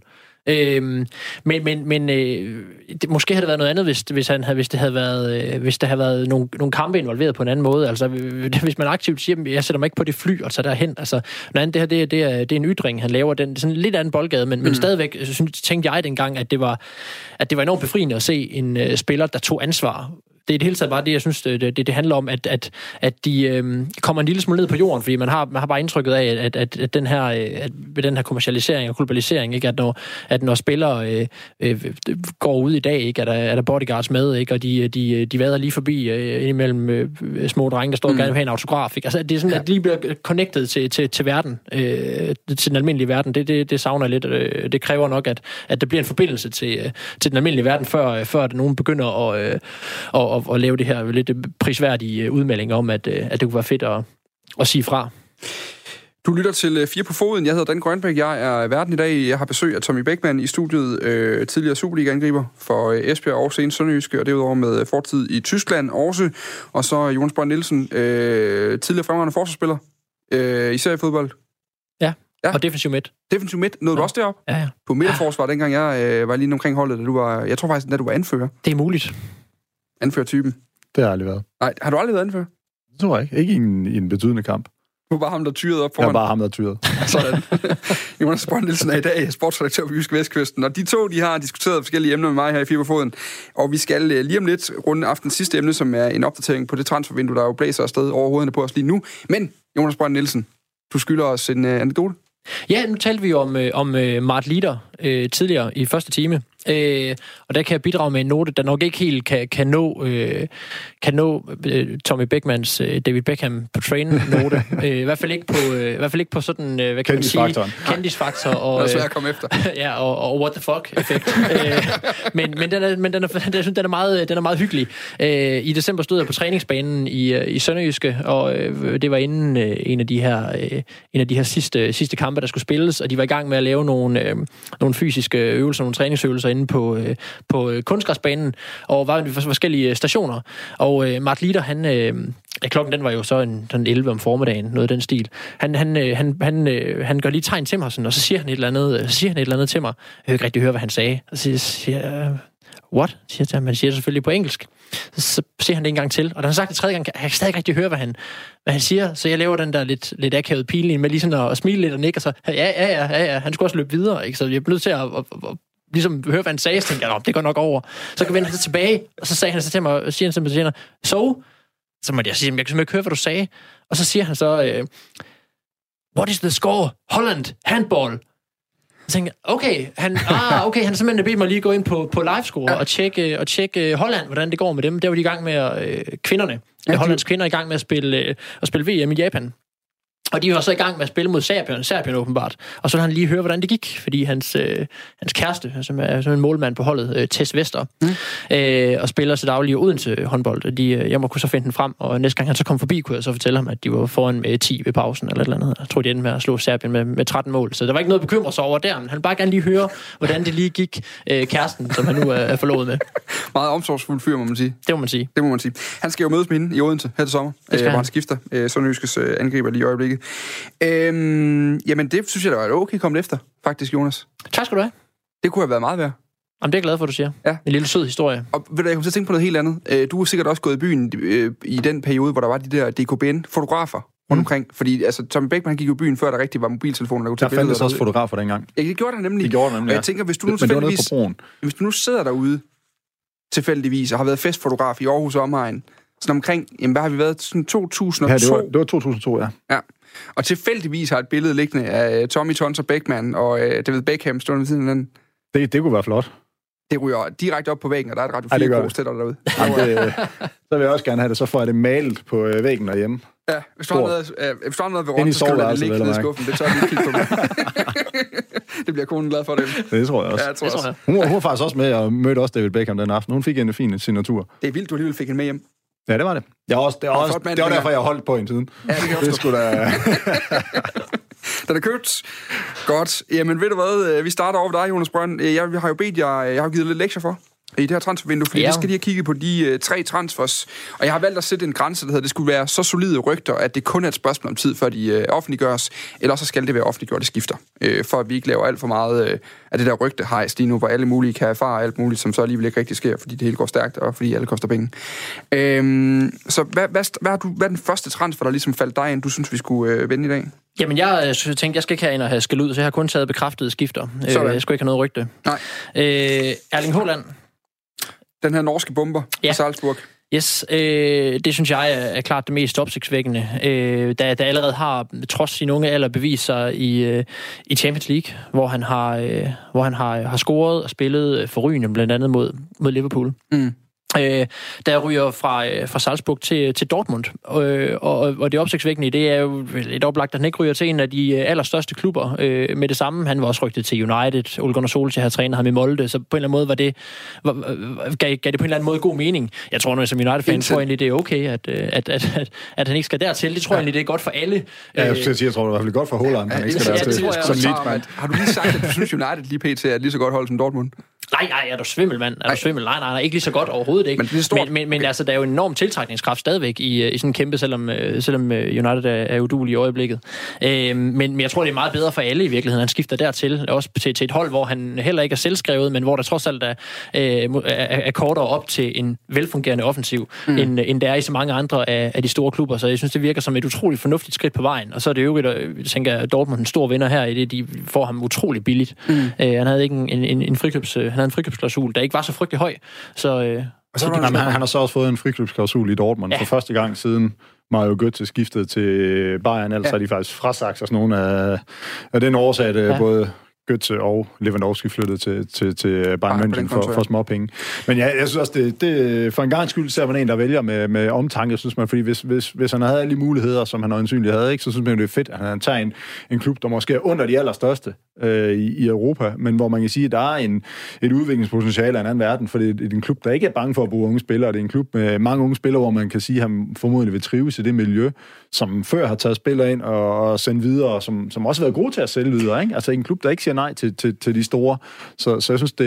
Men måske havde det været noget andet, hvis der havde været nogle kampe involveret på en anden måde. Altså, hvis man aktivt siger, jeg sætter mig ikke på det fly og tager derhen. Altså, noget andet, det er en ytring, han laver. Den sådan lidt anden boldgade, men stadigvæk tænkte jeg dengang, at det var enormt befriende at se en spiller, der tog ansvar. Det er det hele taget bare det, jeg synes, det handler om, at de kommer en lille smule ned på jorden, fordi man har bare indtrykket af, at den her kommercialisering og globalisering, ikke, at når spillere går ud i dag, ikke, er der bodyguards med, ikke, og de vader lige forbi imellem små drenge, der står og gerne vil have en autograf. Ikke? Altså, det er sådan, at de lige bliver connected til verden, til den almindelige verden. Det savner lidt. Det kræver nok, at der bliver en forbindelse til den almindelige verden, før nogen begynder at lave det her lidt prisværdige udmelding om, at det kunne være fedt at sige fra. Du lytter til 4 på foden. Jeg hedder Dan Grønbæk. Jeg er verden i dag. Jeg har besøg af Tommy Bechmann i studiet, tidligere Superliga-angriber for Esbjerg og senest Sønderjyske, og derudover med fortid i Tyskland også. Og så Jonas Born Nielsen, tidligere fremragende forsvarsspiller i seriefodbold. Ja, og defensiv midt. Defensiv midt. Nåede du også derop? Ja. På midterforsvar, dengang jeg var lige omkring holdet, jeg tror faktisk, at du var anfører. Det er muligt. Anfører-typen. Det har jeg aldrig været. Nej, har du aldrig været anfører? Det tror jeg ikke. Ikke i en betydende kamp. Du var bare ham, der tyrede op foran. Jeg var bare ham, der tyrede. Sådan. Jonas Born Nielsen er i dag sportsredaktør på Jyske Vestkysten, og de to, de har diskuteret forskellige emner med mig her i 4 på foden. Og vi skal lige om lidt runde aftens sidste emne, som er en opdatering på det transfervindue, der jo blæser afsted over hovederne på os lige nu. Men, Jonas Born Nielsen, du skylder os en anekdote. Ja, nu talte vi om Mart Lieder tidligere i første time. Og der kan jeg bidrage med en note, der nok ikke helt kan nå Tommy Bechmanns David Beckham på train-note. I hvert fald ikke på sådan, hvad kan man sige, kendisfaktor og det er svært at komme efter. Ja, og what the fuck-effekt. men den er meget hyggelig. I december stod jeg på træningsbanen i Sønderjyske, og det var inden en af de her sidste kampe, der skulle spilles, og de var i gang med at lave nogle fysiske øvelser, nogle træningsøvelser inde på kunstgræsbanen, og var ved forskellige stationer. Og Mart Lieder, klokken den var jo så sådan 11 om formiddagen, noget af den stil. Han gør lige tegn til mig, sådan, og så siger han et eller andet til mig. Jeg kan ikke rigtig høre, hvad han sagde. Og så siger what? Man siger det selvfølgelig på engelsk. Så siger han det en gang til, og da han har sagt det tredje gang, jeg kan stadig ikke rigtig høre, hvad han siger, så jeg laver den der lidt akavet pile med lige sådan at smile lidt og nikke, og så ja, han skulle også løbe videre, ikke? Så jeg blev nødt til at ligesom høre, hvad han sagde, så tænkte jeg, det går nok over. Så vender han så tilbage, og så sagde han så til mig, og siger han simpelthen, så måtte jeg sige, jeg kan ikke høre, hvad du sagde. Og så siger han så, what is the score? Holland, handball. Så tænkte jeg, okay, han har simpelthen bedt mig lige gå ind på livescore og tjekke Holland, hvordan det går med dem. Der var de i gang med kvinderne. Hollands kvinder i gang med at spille VM i Japan. Og de var så i gang med at spille mod Serbien åbenbart. Og så ville han lige høre, hvordan det gik, fordi hans kæreste, som er en målmand på holdet, Tess Vester, og spiller til daglig i Odense håndbold. Jeg må kunne så finde den frem, og næste gang han så kom forbi, kunne jeg så fortælle ham, at de var foran med 10 ved pausen eller et eller andet. Jeg tror, de endte med at slå Serbien med 13 mål. Så der var ikke noget at bekymre sig over der, men han ville bare gerne lige høre, hvordan det lige gik kæresten, som han nu er forlovet med. Meget omsorgsfuld fyr, må man sige. Det må man sige. Han skal jo mødes med hende i Odense her til sommer, hvor han skifter Sønderjyskes angriber lige i øjeblikket. Jamen, det synes jeg, der var okay kommet efter, faktisk, Jonas. Tak skal du have. Det kunne have været meget værd. Jamen, det er jeg glad for, du siger. Ja. En lille sød historie. Og ved du, jeg kunne så tænke på noget helt andet. Du har sikkert også gået i byen i den periode, hvor der var de der DKBN-fotografer rundt omkring. Fordi altså, Tommy Bechmann gik jo i byen, før der rigtig var mobiltelefoner, der kunne tage billeder. Der fandtes også fotografer dengang. Ja, det gjorde der nemlig. Ja. Jeg tænker, hvis du nu sidder derude tilfældigvis og har været festfotograf i Aarhus og omegn, sådan omkring, jamen hvad har vi været, sådan 2002? Ja, det var 2002, ja. Ja, og tilfældigvis har et billede liggende af Tommy Tonser Beckmann og David Beckham stående ved siden af den. Det kunne være flot. Det ryger direkte op på væggen, og der er et Radio 4 til dig derude. Så vil jeg også gerne have det, så får jeg det malet på væggen derhjemme. Ja, hvis du har noget ved rundt, så skal du lade det ligge ned i skuffen. Det tør vi ikke kigge på. Det bliver konen glad for det. Det tror jeg også. Ja, jeg tror også. Hun var faktisk også med og mødte også David Beckham den aften. Hun fik en fin signatur. Det er vildt, du alligevel fik hende med hjem. Ja, det var det. Det var derfor, jeg holdt på en tiden. Ja, det skulle da... Den er købt. Godt. Jamen, ved du hvad? Vi starter over ved dig, Jonas Brønd. Jeg har jo bedt jer, jeg har givet lidt lektier for i det her transfervindue, fordi vi skal lige have kigget på de 3 transfers. Og jeg har valgt at sætte en grænse, der hedder, det skulle være så solide rygter, at det kun er et spørgsmål om tid, før de offentliggøres, eller så skal det være offentliggjort, det skifter. For at vi ikke laver alt for meget af det der rygtehejs lige nu, hvor alle mulige kan erfare alt muligt, som så alligevel ikke rigtig sker, fordi det hele går stærkt, og fordi alle koster penge. Så hvad er den første transfer, der ligesom faldt dig ind, du synes, vi skulle vende i dag? Jamen, jeg tænkte, jeg skal ikke herind og have skæld ud, så jeg har kun taget bekræftede skifter. Jeg skulle ikke have noget rygte. Nej. Erling Haaland. Den her norske bomber i Salzburg. Yes, det synes jeg er klart det mest opsigtsvækkende. Da allerede har, trods sin unge alder, bevist sig i Champions League, hvor han har scoret og spillet forrygende, blandt andet mod Liverpool. Mm. Der ryger fra Salzburg til Dortmund, og det opsigtsvækkende, det er jo et oplagt, at han ikke ryger til en af de allerstørste klubber med det samme. Han var også rygtet til United. Ole Gunnar Solskjaer har trænet ham i Molde, så på en eller anden måde gav det på en eller anden måde god mening. Jeg tror, når jeg som United-fan tror egentlig, det er okay, at han ikke skal dertil. Det tror jeg egentlig, det er godt for alle. Ja, jeg tror, det er i hvert fald godt for Haaland, han ikke skal dertil. Som Leeds-mand. Har du lige sagt, at du synes, United lige pt. Er lige så godt hold som Dortmund? Nej, er du svimmel, mand? Nej, ikke lige så godt overhovedet ikke. Men altså, der er jo en enorm tiltrækningskraft stadigvæk i sådan en kæmpe, selvom United er uduelig i øjeblikket. Men jeg tror, det er meget bedre for alle i virkeligheden. Han skifter dertil, også til et hold, hvor han heller ikke er selvskrevet, men hvor der trods alt er kortere op til en velfungerende offensiv, end der er i så mange andre af de store klubber. Så jeg synes, det virker som et utroligt fornuftigt skridt på vejen. Og så er det jo, jeg tænker, Dortmund en stor vinder her i det, de får ham utrolig billigt. Han havde ikke en frikøbsklausul, der ikke var så frygtelig høj. Han har så også fået en frikøbsklausul i Dortmund for første gang siden Mario Götze skiftede til Bayern, ellers har de faktisk frasagt sig sådan nogle af den årsag, at både Götze og Lewandowski flyttede til Bayern München for småpenge. Men jeg synes også, det for en gang skyld ser man en, der vælger med omtanke, synes man, fordi hvis han havde alle de muligheder, som han øjensynligt havde, ikke, så synes man, det er fedt, at han tager en klub, der måske er under de allerstørste i Europa, men hvor man kan sige, at der er et udviklingspotentiale af en anden verden, for det er en klub, der ikke er bange for at bruge unge spillere. Det er en klub med mange unge spillere, hvor man kan sige, at han formodentlig vil trives i det miljø, som før har taget spillere ind og sendt videre, som også har været gode til at sælge videre. Ikke? Altså en klub, der ikke siger nej til de store. Så jeg synes,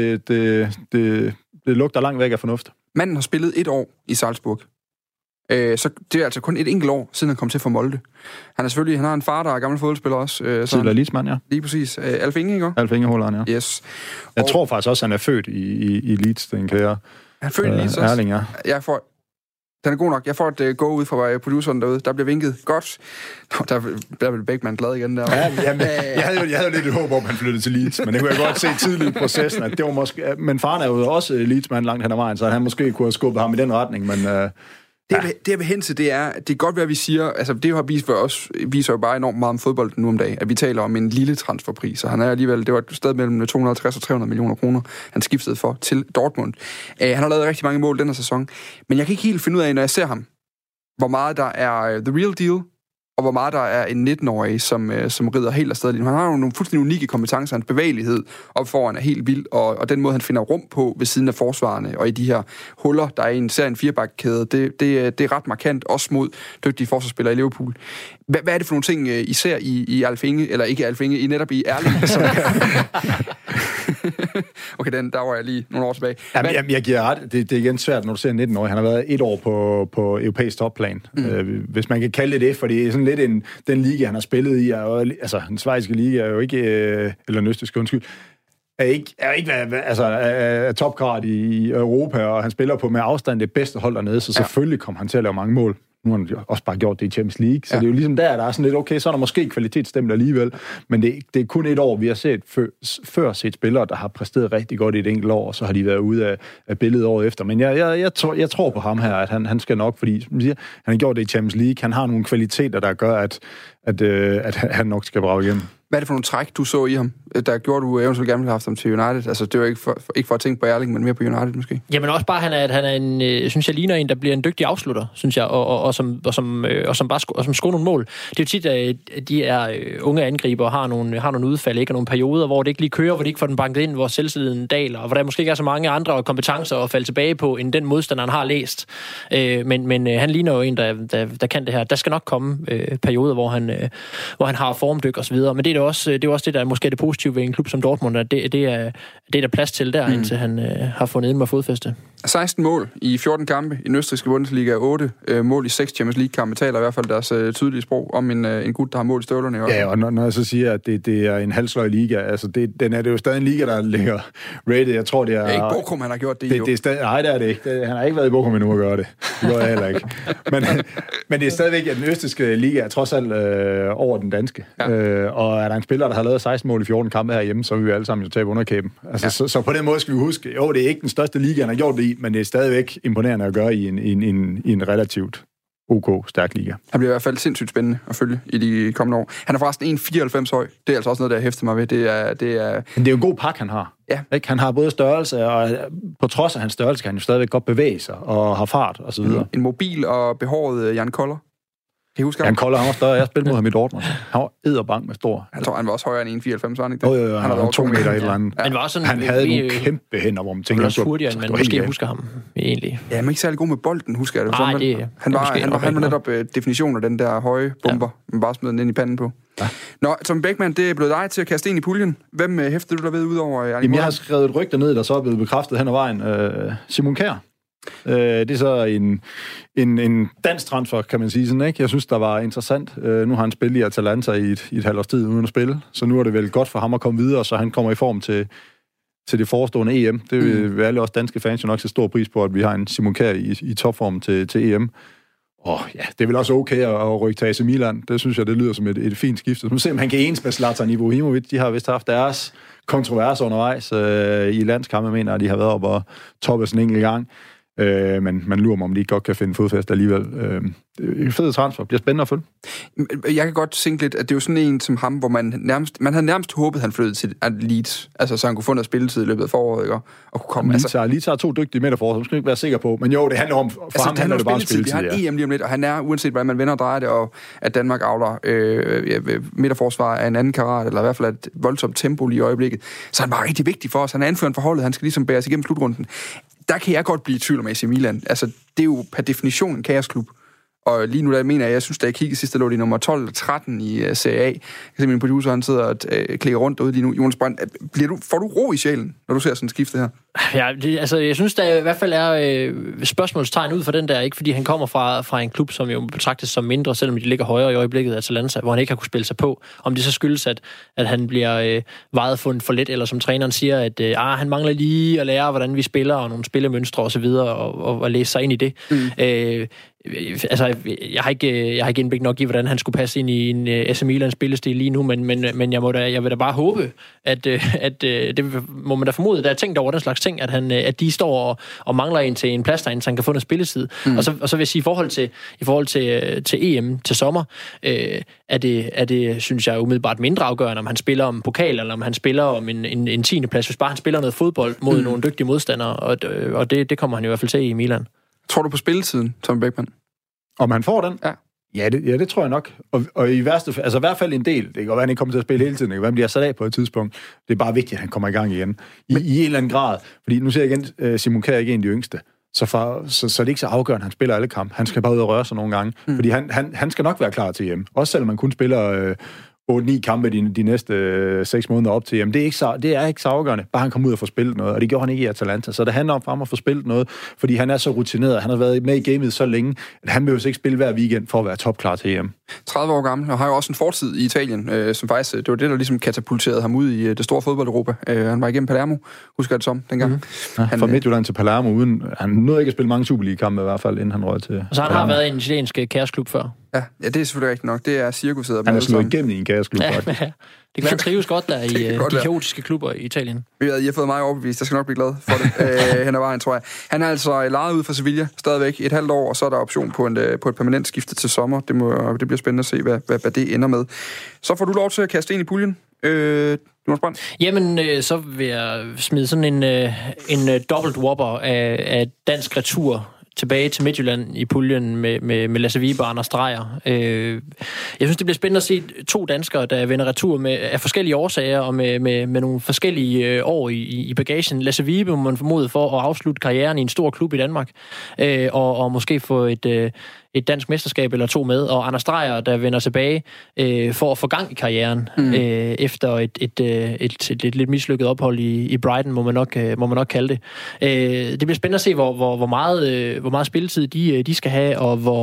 det lugter langt væk af fornuft. Manden har spillet 1 år i Salzburg. Så det er altså kun et enkelt år, siden han kom til fra Molde. Han har en far, der er gammel fodboldspiller også. Tidligere Leeds-mand, ja. Lige præcis. Alf Inge, ikke? Alf Inge Haaland, ja. Yes. Jeg tror faktisk også, han er født i Leeds, den kære. Han er født i Leeds også? Erling, ja. Den er god nok. Jeg får et go ud fra produceren derude. Der bliver vinket godt. Der blev Beckmann glad igen der. Ja, jeg havde jo lidt et håb om, at han flyttede til Leeds, men det kunne jeg godt se tidligt i processen, at det var måske... Men faren er jo også Leeds-mand langt hen ad vejen, så han måske kunne have skubbet ham i den retning, men... Det jeg vil hen til, det er godt, hvad vi siger, altså det har vist for os, viser jo bare enormt meget om fodbold nu om dagen, at vi taler om en lille transferpris, og han er alligevel, det var et sted mellem 250 og 300 millioner kroner, han skiftede for til Dortmund. Han har lavet rigtig mange mål denne sæson, men jeg kan ikke helt finde ud af, når jeg ser ham, hvor meget der er the real deal, og hvor meget der er en 19-årig, som rider helt afsted. Han har jo nogle fuldstændig unikke kompetencer, hans bevægelighed op foran er helt vild, og den måde, han finder rum på ved siden af forsvarerne, og i de her huller, der er i en 4-bakkæde, det er ret markant, også mod dygtige forsvarsspillere i Liverpool. Hvad er det for nogle ting, især i Alf Inge, eller ikke Alf Inge, i netop i Erling? Okay, der var jeg lige nogle år tilbage. Jamen, jeg giver ret. Det er igen svært, når du ser 19 år. Han har været 1 år på europæisk topplan. Hvis man kan kalde det, for det er sådan lidt den liga, han har spillet i. Altså, den schweiziske liga er jo ikke... eller den østrigske, undskyld. Er ikke af topgrad i Europa, og han spiller på med afstand det bedste hold dernede, så selvfølgelig kommer han til at lave mange mål. nu har han også bare gjort det i Champions League, så det er jo ligesom der er sådan lidt, okay, så er der måske kvalitetsstemt alligevel, men det er kun et år, vi har set før set spillere, der har præsteret rigtig godt i et enkelt år, og så har de været ude af billedet året efter. Men jeg tror på ham her, at han skal nok, fordi som siger, han har gjort det i Champions League, han har nogle kvaliteter, der gør, at han nok skal brage igennem. Hvad er det for nogle træk, du så i ham, der gjorde du eventuelt gerne ville have haft ham til United? Altså, det var ikke for at tænke på Erling, men mere på United måske. Jamen også bare, han er en, synes jeg, ligner en, der bliver en dygtig afslutter, synes jeg, og som scorer nogle mål. Det er jo tit, at de er unge angriber og har nogle udfald, ikke? Og nogle perioder, hvor det ikke lige kører, hvor de ikke får den banket ind, hvor selvtilliden daler, og hvor der måske ikke er så mange andre kompetencer at falde tilbage på, end den modstanderen har læst. Men han ligner jo en, der kan det her. Der skal nok komme perioder, hvor han har formdyk og så videre, men det er også det, der er måske det positive ved en klub som Dortmund, at det er der plads til der, indtil han har fundet ind med fodfæste. 16 mål i 14 kampe i den østrigske Bundesliga, 8 mål i 6 Champions League-kampe, taler i hvert fald deres tydelige sprog om en gut, der har mål i støvlerne. Ja, og når jeg så siger, at det er en halvsløj liga, altså den er det jo stadig en liga, der ligger rated. Jeg tror, det er... Det er ikke Bochum, han har gjort det, jo. Det er stadig, nej, det er det ikke. Han har ikke været i Bochum endnu at gøre det. Det gør jeg heller ikke. Men det er stadigvæk, at den østrigske liga er trods alt over den danske. Ja. Og er der en spiller, der har lavet 16 mål i 14 kampe herhjemme, så vil vi alle sammen jo tabe underkæben. Altså, så på den måde skal vi huske, jo, det er ikke den største liga, han har gjort det i, men det er stadigvæk imponerende at gøre i en relativt stærk liga. Han bliver i hvert fald sindssygt spændende at følge i de kommende år. Han er forresten 1,94 høj. Det er altså også noget, der hæfter mig ved. Det er... Men det er jo en god pakke, han har. Ja. Ikke? Han har både størrelse, og på trods af hans størrelse, kan han jo stadigvæk godt bevæge sig, og har fart, og så videre. En mobil og behåret Jan Koller. Kan I huske ham? Jan Koller, han var større. Jeg spillede mod ham i Dortmund. Han var edderbank med stor. Jeg tror, han var også højere end 1,94, var han ikke det? Jo, han var 2 meter et eller andet. Ja. Var sådan, han havde nogle kæmpe hænder, hvor man tænkte... Han var også hurtigere, end man måske husker ham, egentlig. Ja, men ikke særlig god med bolden, husker jeg det. Nej, han var netop definitionen af den der høje bomber, man bare smed den ind i panden på. Ja. Nå, Tom Beckmann, det er blevet dig til at kaste ind i puljen. Hvem hæftede du der ved udover? Jamen, jeg har skrevet et rygte ned, der så er blevet bekræftet hen ad vejen. Simon Kjær. Det er så en dansk transfer, kan man sige sådan, ikke? Jeg synes, der var interessant. Nu har han spillet i Atalanta i et halvt års tid uden at spille, så nu er det vel godt for ham at komme videre, så han kommer i form til det forestående EM. Det vil alle os danske fans jo nok sætte stor pris på, at vi har en Simon Kjær i topform til EM. Og ja, det er vel også okay at rykke til AC Milan. Det synes jeg, det lyder som et fint skifte. Nu ser man, han kan ens med Zlatan Ibrahimovic. De har vist haft deres kontroverser undervejs i landskampe, mener jeg, de har været oppe og toppe sådan en enkelt gang. Men man lurer mig, om de ikke godt kan finde fodfæste alligevel. En fed transfer. Bliver spændende at følge. Jeg kan godt tænke lidt, at det er jo sådan en som ham, hvor man havde nærmest håbet, han flyttede til Leeds. Altså, så han kunne få noget spilletid i løbet af foråret, ikke? Og kunne komme... Leeds har 2 dygtige midterforsvar, som skal ikke være sikker på. Men jo, det handler om... For ham handler det bare om spilletid. Vi har EM lige om lidt, og han er, uanset hvordan man vender og drejer det, og at Danmark avler midterforsvar af en anden karat, eller i hvert fald et voldsomt tempo lige i øjeblikket. Så han var rigtig vigtig for os. Han er anføreren for holdet. Han skal ligesom bære os igennem slutrunden. Der kan jeg godt blive i tvivl om AC Milan. Altså, det er jo per definition en kaosklub. Og lige nu, der mener jeg synes, da jeg kiggede sidst, der lå de nummer 12 og 13 i Serie A. Jeg kan se, min producer, han sidder og klikker rundt derude lige nu. Jonas Brandt, får du ro i sjælen, når du ser sådan et skifte her? Ja, jeg synes, der i hvert fald er spørgsmålstegn ud for den der, ikke fordi han kommer fra en klub, som jo betragtes som mindre, selvom de ligger højere i øjeblikket, Atalanta, hvor han ikke har kunne spille sig på. Om det så skyldes, at han bliver vejet for let, eller som træneren siger, at han mangler lige at lære, hvordan vi spiller, og nogle spillemønstre og så videre, og læse sig ind i det. Jeg har ikke indblik nok i, hvordan han skulle passe ind i en AC Milan spillestil lige nu, men jeg vil da bare håbe, at det må man da formode, der er tænkt over den slags ting, at de står og mangler en til en plads derinde, så han kan få noget spilletid. Og så vil jeg sige, i forhold til EM til sommer, er det, synes jeg, umiddelbart mindre afgørende, om han spiller om pokal, eller om han spiller om en 10. plads, hvis bare han spiller noget fodbold mod nogle dygtige modstandere, og det kommer han i hvert fald til i Milan. Tror du på spilletiden, Tom Beckmann? Om han får den? Ja. Ja, det tror jeg nok. Og i værste, altså i hvert fald en del. Det kan godt være, at han ikke kommer til at spille hele tiden. Det kan være, at han bliver sat af på et tidspunkt. Det er bare vigtigt, at han kommer i gang igen. I en eller anden grad. Fordi nu ser jeg igen, Simon Kjær er ikke en af de yngste. Så er det ikke så afgørende, at han spiller alle kampe. Han skal bare ud og røre sig nogle gange. Fordi han skal nok være klar til hjem. Også selvom man kun spiller 8-9 kampe de næste 6 måneder op til hjem. Det er ikke så afgørende. Bare han kommer ud og får spillet noget. Og det gjorde han ikke i Atalanta. Så det handler om for ham at få spillet noget. Fordi han er så rutineret. Han har været med i gamet så længe, at han vil jo ikke spille hver weekend for at være topklar til hjem. 30 år gammel, og har jo også en fortid i Italien, som faktisk, det var det, der ligesom katapulterede ham ud i det store fodbold-Europa. Han var igennem Palermo, husker jeg det som, dengang. Ja, fra Midtjylland til Palermo, uden han nåede ikke at spille mange Superliga-kampe i hvert fald, inden han røg til. Og så han har været i en italiensk kaosklub før. Ja, det er selvfølgelig rigtigt nok. Det er cirkuset. Han er slået igennem i en kaosklub, faktisk. Ja. Det kan være, han trives godt der i de kaotiske klubber i Italien. I har fået mig overbevist. Jeg skal nok blive glad for det hen ad vejen, tror jeg. Han er altså lejet ud fra Sevilla stadigvæk et halvt år, og så er der option på et permanent skifte til sommer. Det bliver spændende at se, hvad det ender med. Så får du lov til at kaste ind i puljen. Jamen, så vil jeg smide sådan en dobbelt whopper af dansk retur tilbage til Midtjylland i puljen med Lasse Vibe og Anders Dreyer. Jeg synes, det bliver spændende at se to danskere, der vender retur af forskellige årsager og med nogle forskellige år i bagagen. Lasse Vibe må man formode for at afslutte karrieren i en stor klub i Danmark, og måske få et dansk mesterskab eller to med, og Anders Dreyer, der vender tilbage for at få gang i karrieren efter et lidt mislykket ophold i Brighton, må man nok kalde det. Det bliver spændende at se, hvor meget spilletid de skal have,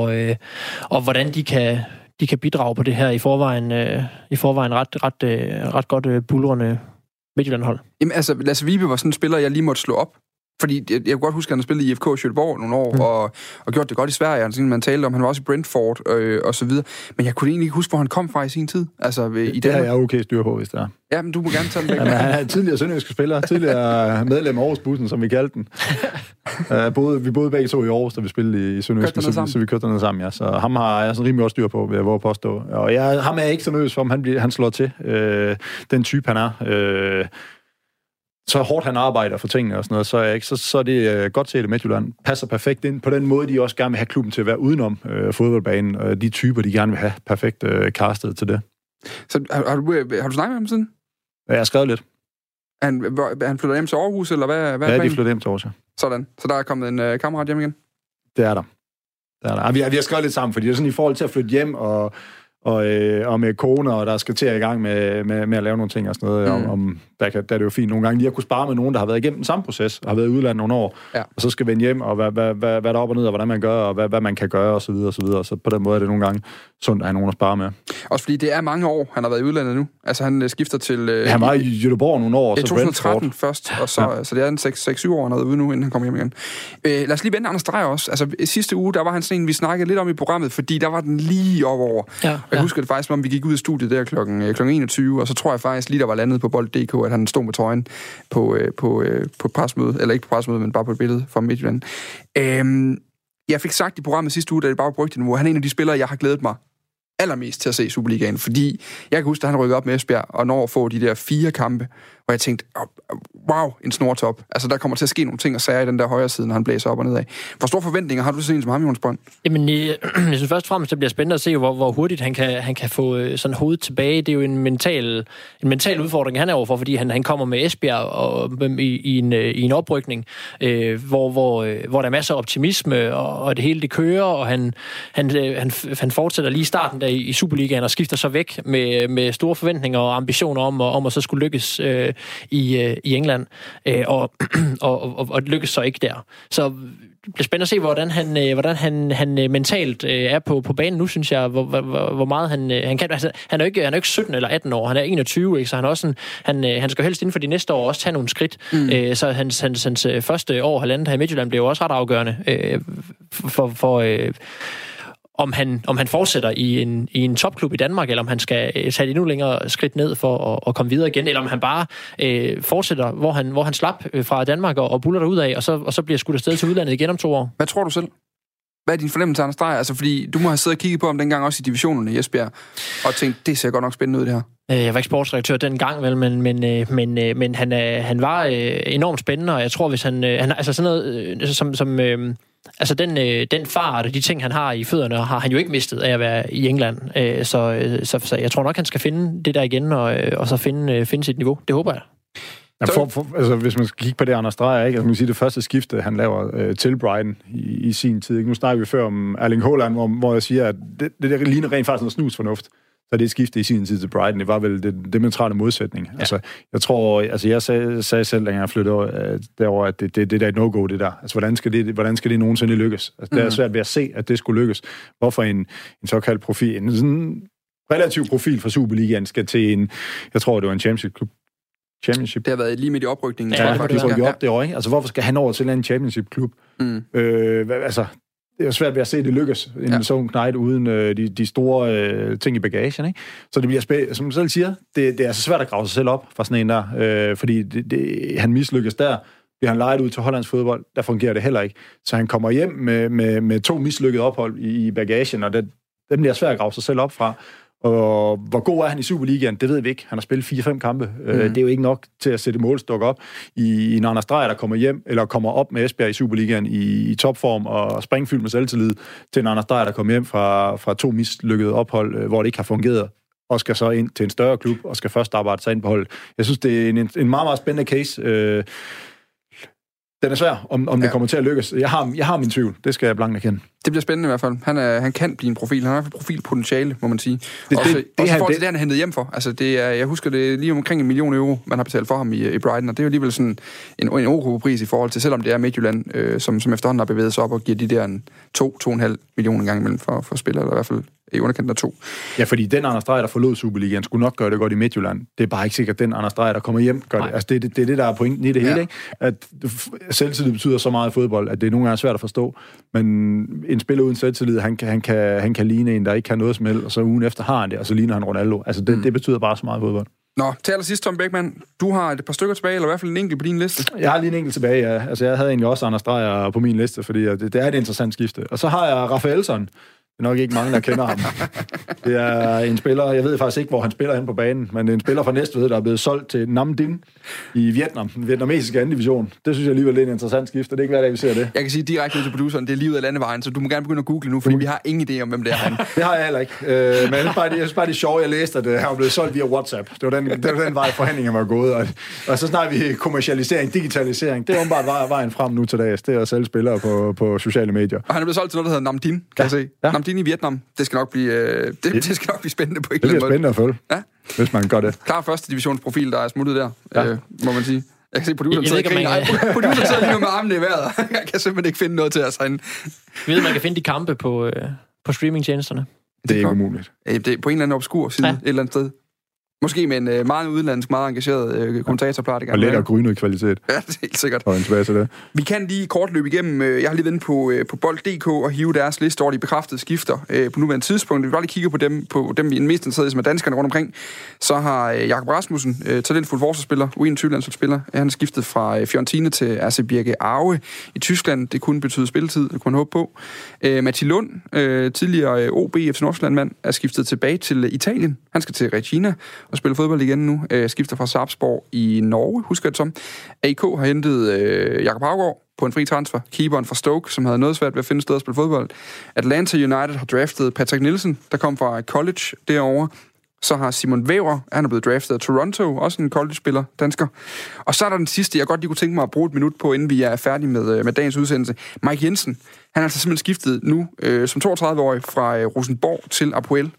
og hvordan de kan bidrage på det her i forvejen ret godt buldrende Midtjylland-hold. Jamen altså, Lasse Vibe var sådan en spiller, jeg lige måtte slå op. Fordi jeg kunne godt huske, at han spillede i IFK Göteborg nogle år, og gjort det godt i Sverige. Altså, man talte om, han var også i Brentford og så videre. Men jeg kunne egentlig ikke huske, hvor han kom fra i sin tid. Altså, det har jeg okay styr på, hvis det er. Ja, men du må gerne tage den. Han er tidligere sønderjyske spiller, tidligere medlem af Aarhus-bussen, som vi kaldte den. Vi boede begge to i Aarhus, da vi spillede i Sønderjyske, så vi kørte dernede sammen, ja. Så ham har jeg sådan rimelig også styr på, vil jeg våge påstå. Og ham er jeg ikke så nervøs for, om han slår til. Den type, han er. Så hårdt han arbejder for tingene og sådan noget, så er det godt set, at Midtjylland passer perfekt ind på den måde, de også gerne vil have klubben til at være udenom fodboldbanen, og de typer, de gerne vil have perfekt castet til det. Så har du snakket med ham siden? Ja, jeg har skrevet lidt. Han flytter hjem til Aarhus, eller hvad? Ja, de flytter hjem til Aarhus, ja. Sådan. Så der er kommet en kammerat hjem igen? Det er der. Vi har skrevet lidt sammen, fordi det er sådan i forhold til at flytte hjem, og med koner, og der skal til at i gang med at lave nogle ting og sådan noget. Der er det jo fint nogle gange lige at kunne spare med nogen, der har været igennem den samme proces, og har været i udlandet nogle år, og så skal vende hjem, og hvad der er op og ned, og hvordan man gør, og hvad man kan gøre, og så videre, og så videre. Så på den måde er det nogle gange sundt at have nogen at spare med. Også fordi det er mange år, han har været i udlandet nu. Altså han skifter til... han var i Göteborg nogle år, og så 2013 først, og så det er en 6-7 år, han har været ude nu, inden han kommer hjem igen. Lad os lige vende Anders Dreyer også. Altså sidste uge, der var han sådan en, vi snakkede lidt om i programmet, fordi der var den lige op over. Jeg husker det faktisk, om vi gik ud af studiet der klokken 21, og så tror jeg faktisk lige, der var landet på bold.dk, at han stod med trøjen på presmøde, eller ikke på presmøde, men bare på et billede fra Midtjylland. Jeg fik sagt i programmet sidste uge, da det bare var på rygteniveau, han er en af de spillere, jeg har glædet mig allermest til at se i Superligaen, fordi jeg kan huske, at han rykkede op med Esbjerg, og når at få de der 4 kampe, hvor jeg tænkte, wow, en snortop. Altså, der kommer til at ske nogle ting og sager i den der højre side, når han blæser op og nedad. Hvor store forventninger har du til en som ham, Jonas Brønd? Jamen, jeg synes først og fremmest, det bliver spændende at se, hvor hurtigt han kan få sådan hovedet tilbage. Det er jo en mental udfordring, han er overfor, fordi han kommer med Esbjerg og i en oprykning, hvor der er masser af optimisme, og det hele det kører, og han fortsætter lige i starten der i Superligaen og skifter så væk med store forventninger og ambitioner om at så skulle lykkes i England, og det lykkes så ikke der. Så det bliver spændende at se, hvordan han mentalt er på banen nu, synes jeg, hvor meget han kan. Altså, han er jo ikke 17 eller 18 år, han er 21, ikke? Så han er også han skal helst inden for de næste år også tage nogle skridt. Så hans første år, halvandet her i Midtjylland, bliver jo også ret afgørende for om han fortsætter i en topklub i Danmark, eller om han skal tage et endnu længere skridt ned for at komme videre igen, eller om han bare fortsætter, hvor han slap fra Danmark og buller derud af, og så bliver skudt afsted til udlandet igen om 2 år. Hvad tror du selv? Hvad er din fornemmelse, Anders Dreyer? Altså, fordi du må have siddet og kigget på ham dengang også i divisionerne i Esbjerg, og tænkt, det ser godt nok spændende ud, det her. Jeg var ikke sportsdirektør dengang, vel, men han var enormt spændende, og jeg tror, hvis han altså sådan noget, altså den fart og de ting, han har i fødderne, har han jo ikke mistet af at være i England. Så jeg tror nok, han skal finde det der igen, og så finde sit niveau. Det håber jeg. Altså, hvis man skal kigge på det, Anders Dreyer, ikke? Altså, man kan sige, det første skifte, han laver til Brighton i sin tid. Ikke? Nu snakker vi før om Erling Haaland, hvor jeg siger, at det der ligner rent faktisk noget snusfornuft. så det skifte i sin tid til Brighton, det var vel det diametrale modsætning. Ja. Altså, jeg tror, jeg sagde selv, da jeg flyttede derover, at det er et no-go, det der. Altså, hvordan skal det nogensinde lykkes? Altså, det er svært ved at se, at det skulle lykkes. Hvorfor en såkaldt profil, en sådan relativ profil fra Superligaen skal til en, jeg tror, det var en Championship. Det har været lige midt i oprykningen. Ja, de rykker op det år, ikke? Altså, hvorfor skal han over til en Championship-klub? Altså, det er svært ved at se, det lykkes. En sådan Knight uden de store ting i bagagen, ikke? Så det bliver som du selv siger, det er altså svært at grave sig selv op fra sådan en der, fordi han mislykkes der, bliver han lejet ud til hollandsk fodbold, der fungerer det heller ikke. Så han kommer hjem med 2 mislykkede ophold i bagagen, og det bliver svært at grave sig selv op fra. Og hvor god er han i Superligaen, det ved vi ikke. Han har spillet 4-5 kampe. Det er jo ikke nok til at sætte målstok op i en Anders Dreyer, der kommer hjem, eller kommer op med Esbjerg i Superligaen i topform og springfyldt med selvtillid, til en Anders Dreyer, der kommer hjem fra 2 mislykkede ophold, hvor det ikke har fungeret, og skal så ind til en større klub, og skal først arbejde sig ind på holdet. Jeg synes, det er en meget, meget spændende case. Den er svær, om det kommer til at lykkes. Jeg har min tvivl. Det skal jeg blankt erkende. Det bliver spændende i hvert fald. Han kan blive en profil. Han har et profilpotentiale, må man sige. Også i forhold til det, han er hentet hjem for. Altså, jeg husker, det er lige omkring 1 million euro, man har betalt for ham i Brighton, og det er jo alligevel sådan en OK-pris i forhold til, selvom det er Midtjylland, som efterhånden har bevæget sig op og giver de der 2,5 millioner gang imellem for spillere, eller i hvert fald i underkanten af 2. Ja, fordi den Anders Dreyer, der forlod Superligaen, skulle nok gøre det godt i Midtjylland. Det er bare ikke sikkert, at den Anders Dreyer, der kommer hjem, gør det. Altså, det er det, der er pointen i det hele, ikke? At selvtillid betyder så meget i fodbold, at det er nogle gange svært at forstå. Men en spiller uden selvtillid, han kan ligne en, der ikke kan noget som helst, og så ugen efter har han det, og så ligner han Ronaldo. Altså, det betyder bare så meget i fodbold. Nå, til allersidst, Tom Beckmann, du har et par stykker tilbage, eller i hvert fald en enkelt på din liste. Jeg har lige en enkelt tilbage, ja. Altså, jeg havde egentlig også Anders Dreyer på min liste, fordi det er et interessant skifte. Og så har jeg Rafaelsson. Det er nok ikke mange, der kender ham. Det er en spiller, jeg ved faktisk ikke, hvor han spiller hen på banen, men det er en spiller fra Næstved, der er blevet solgt til Nam Dinh i Vietnam, den vietnamesiske anden division. Det synes jeg alligevel er en interessant skift, og det er ikke hver dag, vi ser det. Jeg kan sige direkte til produceren, det er lige ud af landevejen, så du må gerne begynde at google nu, fordi vi har ingen idé om, hvem det er han. Det har jeg heller ikke. Men jeg synes bare, det er sjovt, jeg læste, at han var blevet solgt via WhatsApp. Det var den vej, forhandlingen var gået. Og så snakker vi kommercialisering, digitalisering. Det er åbenbart vejen frem nu til dags. Det er at sælge spillere på sociale medier. Og han er blevet solgt til noget, der hedder Nam Dinh, kan jeg se. Ja. Nam Dinh i Vietnam. Det skal nok blive, det skal nok blive spændende på en eller anden måde. Det bliver spændende at følge, hvis man gør det. Klar første divisionsprofil, der er smuttet der, må man sige. Jeg kan se, produceren sidder lige nu med armene i vejret. Jeg kan simpelthen ikke finde noget til os herinde. Vi ved, man kan finde de kampe på streamingtjenesterne. Det er ikke umuligt. Det er på en eller anden obskur side, et eller andet sted. Måske med en meget udenlandsk, meget engageret kommentator, plejer det gerne. Og let og grynet kvalitet. Ja, det er helt sikkert. Og tilbage til det. Vi kan lige kort løbe igennem. Jeg har lige været på bold.dk og hive deres liste over de bekræftede skifter på nuværende tidspunkt. Vi vil bare lige kigge på dem vi er mest interesseret i, som er danskerne rundt omkring. Så har Jakob Rasmussen, talentfuld forsvarsspiller, U21-landsholdsspiller. Han er skiftet fra Fiorentina til RC Birke Aue i Tyskland. Det kunne betyde spilletid, det kunne man håbe på. Matti Lund, tidligere OB FC Nordsjælland-mand, er skiftet tilbage til Italien. Han skal til Regina og spiller fodbold igen nu. Skifter fra Sarpsborg i Norge, husker jeg det som. AK har hentet Jakob Haugaard på en fri transfer. Keeperen fra Stoke, som havde noget svært ved at finde sted at spille fodbold. Atlanta United har draftet Patrick Nielsen, der kom fra college derovre. Så har Simon Væver, han er blevet draftet af Toronto, også en college-spiller, dansker. Og så er der den sidste, jeg godt lige kunne tænke mig at bruge et minut på, inden vi er færdige med dagens udsendelse. Mike Jensen, han er altså simpelthen skiftet nu som 32-årig fra Rosenborg til Apoel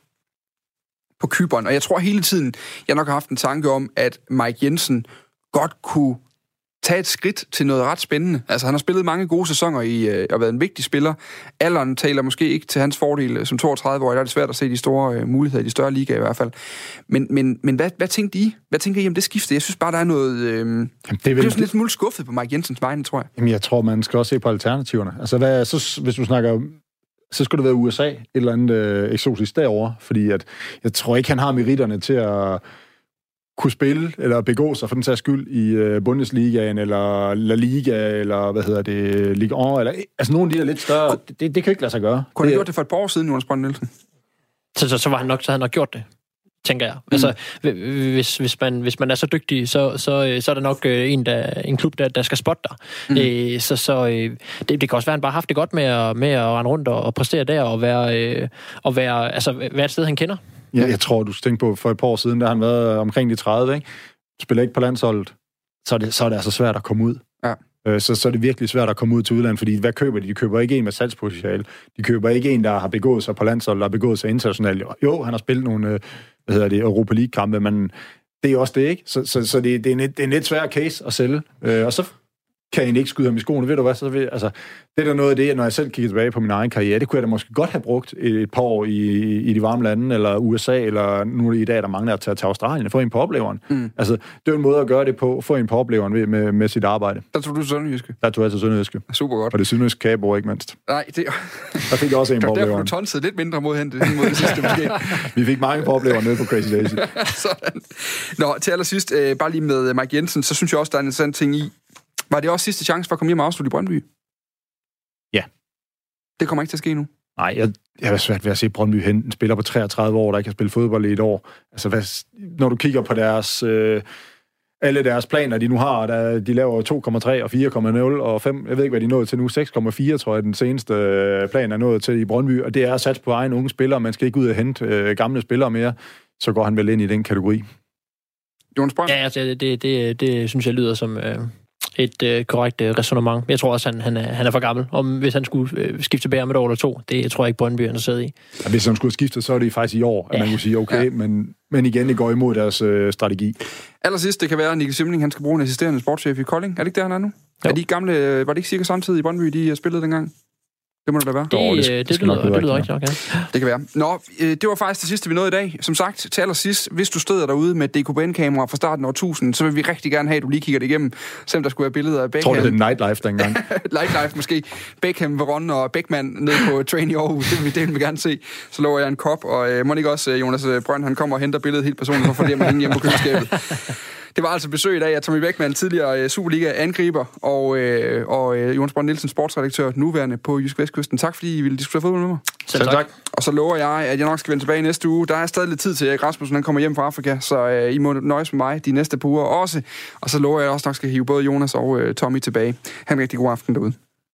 på Cypern. Og jeg tror hele tiden, jeg nok har haft en tanke om, at Mike Jensen godt kunne tage et skridt til noget ret spændende. Altså, han har spillet mange gode sæsoner og været en vigtig spiller. Alderen taler måske ikke til hans fordel. Som 32-årig der er det svært at se de store muligheder i de større ligaer i hvert fald. Men hvad tænkte I? Hvad tænker I om det skifte? Jeg synes bare, der er noget... det er sådan lidt smule skuffet på Mike Jensens vegne, tror jeg. Jamen, jeg tror, man skal også se på alternativerne. Altså, hvis du snakker... Så skulle det være USA, et eller andet eksotisk derovre, fordi at jeg tror ikke, han har meritterne til at kunne spille eller begå sig for den sags skyld i Bundesligaen eller La Liga eller hvad hedder det, Ligue 1 eller altså nogle af de der lidt større. Det kan ikke lade sig gøre. Kunne han gjort det for et par år siden, Jonas Brønd Nielsen? Så havde han nok gjort det, tænker jeg. Altså, hvis man er så dygtig, så er der nok en klub, der skal spotte dig. Det kan også være, at han bare har haft det godt med at rende rundt og præstere der, og være et sted, han kender. Ja, jeg tror, du tænker på, for et par år siden, der han været omkring de 30, ikke? Spiller ikke på landsholdet, så er det altså svært at komme ud. Ja. så er det virkelig svært at komme ud til udlandet, fordi hvad køber de? De køber ikke en med salgspotentiale. De køber ikke en, der har begået sig på landshold, eller har begået sig internationalt. Jo, han har spillet nogle Europa League-kampe, men det er også det, ikke? Så det er en lidt svær case at sælge. Og så kan jeg ikke skyde ham i skoene. Ved du hvad? Det er der noget af det, når jeg selv kigger tilbage på min egen karriere, det kunne jeg da måske godt have brugt et par år i de varme lande, eller USA, eller nu i dag, der mangler at tage til Australien og få en på opleveren. Altså, det er en måde at gøre det på, få en på opleveren med sit arbejde. Der tog du til Sønderjyske? Der tog jeg til Sønderjyske. Super godt. Og det sønderjyske kabord, ikke mindst. Nej, det... Der fik jeg også en på opleveren. Derfor du tonsede lidt mindre mod det sidste, måske. Vi fik mange på opleveren nede på Crazy Daisy. Sådan. Nå, til allersidst, bare lige med Mike Jensen, så synes jeg også, der er en sådan ting i. Var det også sidste chance for at komme hjem og afslutte i Brøndby? Ja. Det kommer ikke til at ske nu? Nej, jeg er svært ved at se Brøndby hente en spiller på 33 år, der ikke har spillet fodbold i et år. Altså, når du kigger på deres... alle deres planer, de nu har, de laver 2,3 og 4,0 og 5, jeg ved ikke, hvad de er nået til nu, 6,4, tror jeg, den seneste plan er nået til i Brøndby, og det er sat på egen unge spillere, man skal ikke ud og hente gamle spillere mere, så går han vel ind i den kategori. Jonas Brønd? Ja, altså, det synes jeg lyder som et korrekt ræsonnement. Jeg tror også, han er for gammel. Hvis han skulle skifte tilbage om et år eller to, det tror jeg ikke, Brøndby er interesseret i. Ja, hvis han skulle skifte, så er det faktisk i år, at man kunne sige, okay, men igen, det går imod deres strategi. Allersidst, det kan være, at Niklas Simling, han skal bruge en assisterende sportschef i Kolding. Er det ikke der, han er nu? Jo. Er de gamle, var det ikke cirka samtidig i Brøndby, de spillede dengang? Det må det da være. Det lyder rigtigt nok, ja. Det kan være. Nå, det var faktisk det sidste, vi nåede i dag. Som sagt, til allersidst, hvis du støder derude med DKBN-kamera fra starten af 1000, så vil vi rigtig gerne have, at du lige kigger det igennem, selvom der skulle være billeder af Beckham. Jeg tror, det er Nightlife dengang. Nightlife måske. Beckham, Veron og Beckmann nede på Train i Aarhus. Det vil vi gerne se. Så lover jeg en kop, og må ikke også Jonas Brønd, han kommer og henter billedet helt personligt, for at få det med hænge hjemme på køleskabet. Det var altså besøg i dag af Tommy Beckmann, tidligere Superliga-angriber, og Jonas Brønd Nielsen, sportsredaktør, nuværende på Jysk Vestkysten. Tak fordi I ville diskutere fodbold med mig. Selv tak. Og så lover jeg, at jeg nok skal vende tilbage næste uge. Der er stadig lidt tid til, at Rasmussen han kommer hjem fra Afrika, så I må nøjes med mig de næste par uger også. Og så lover jeg også nok skal hive både Jonas og Tommy tilbage. Ha' en rigtig god aften derude.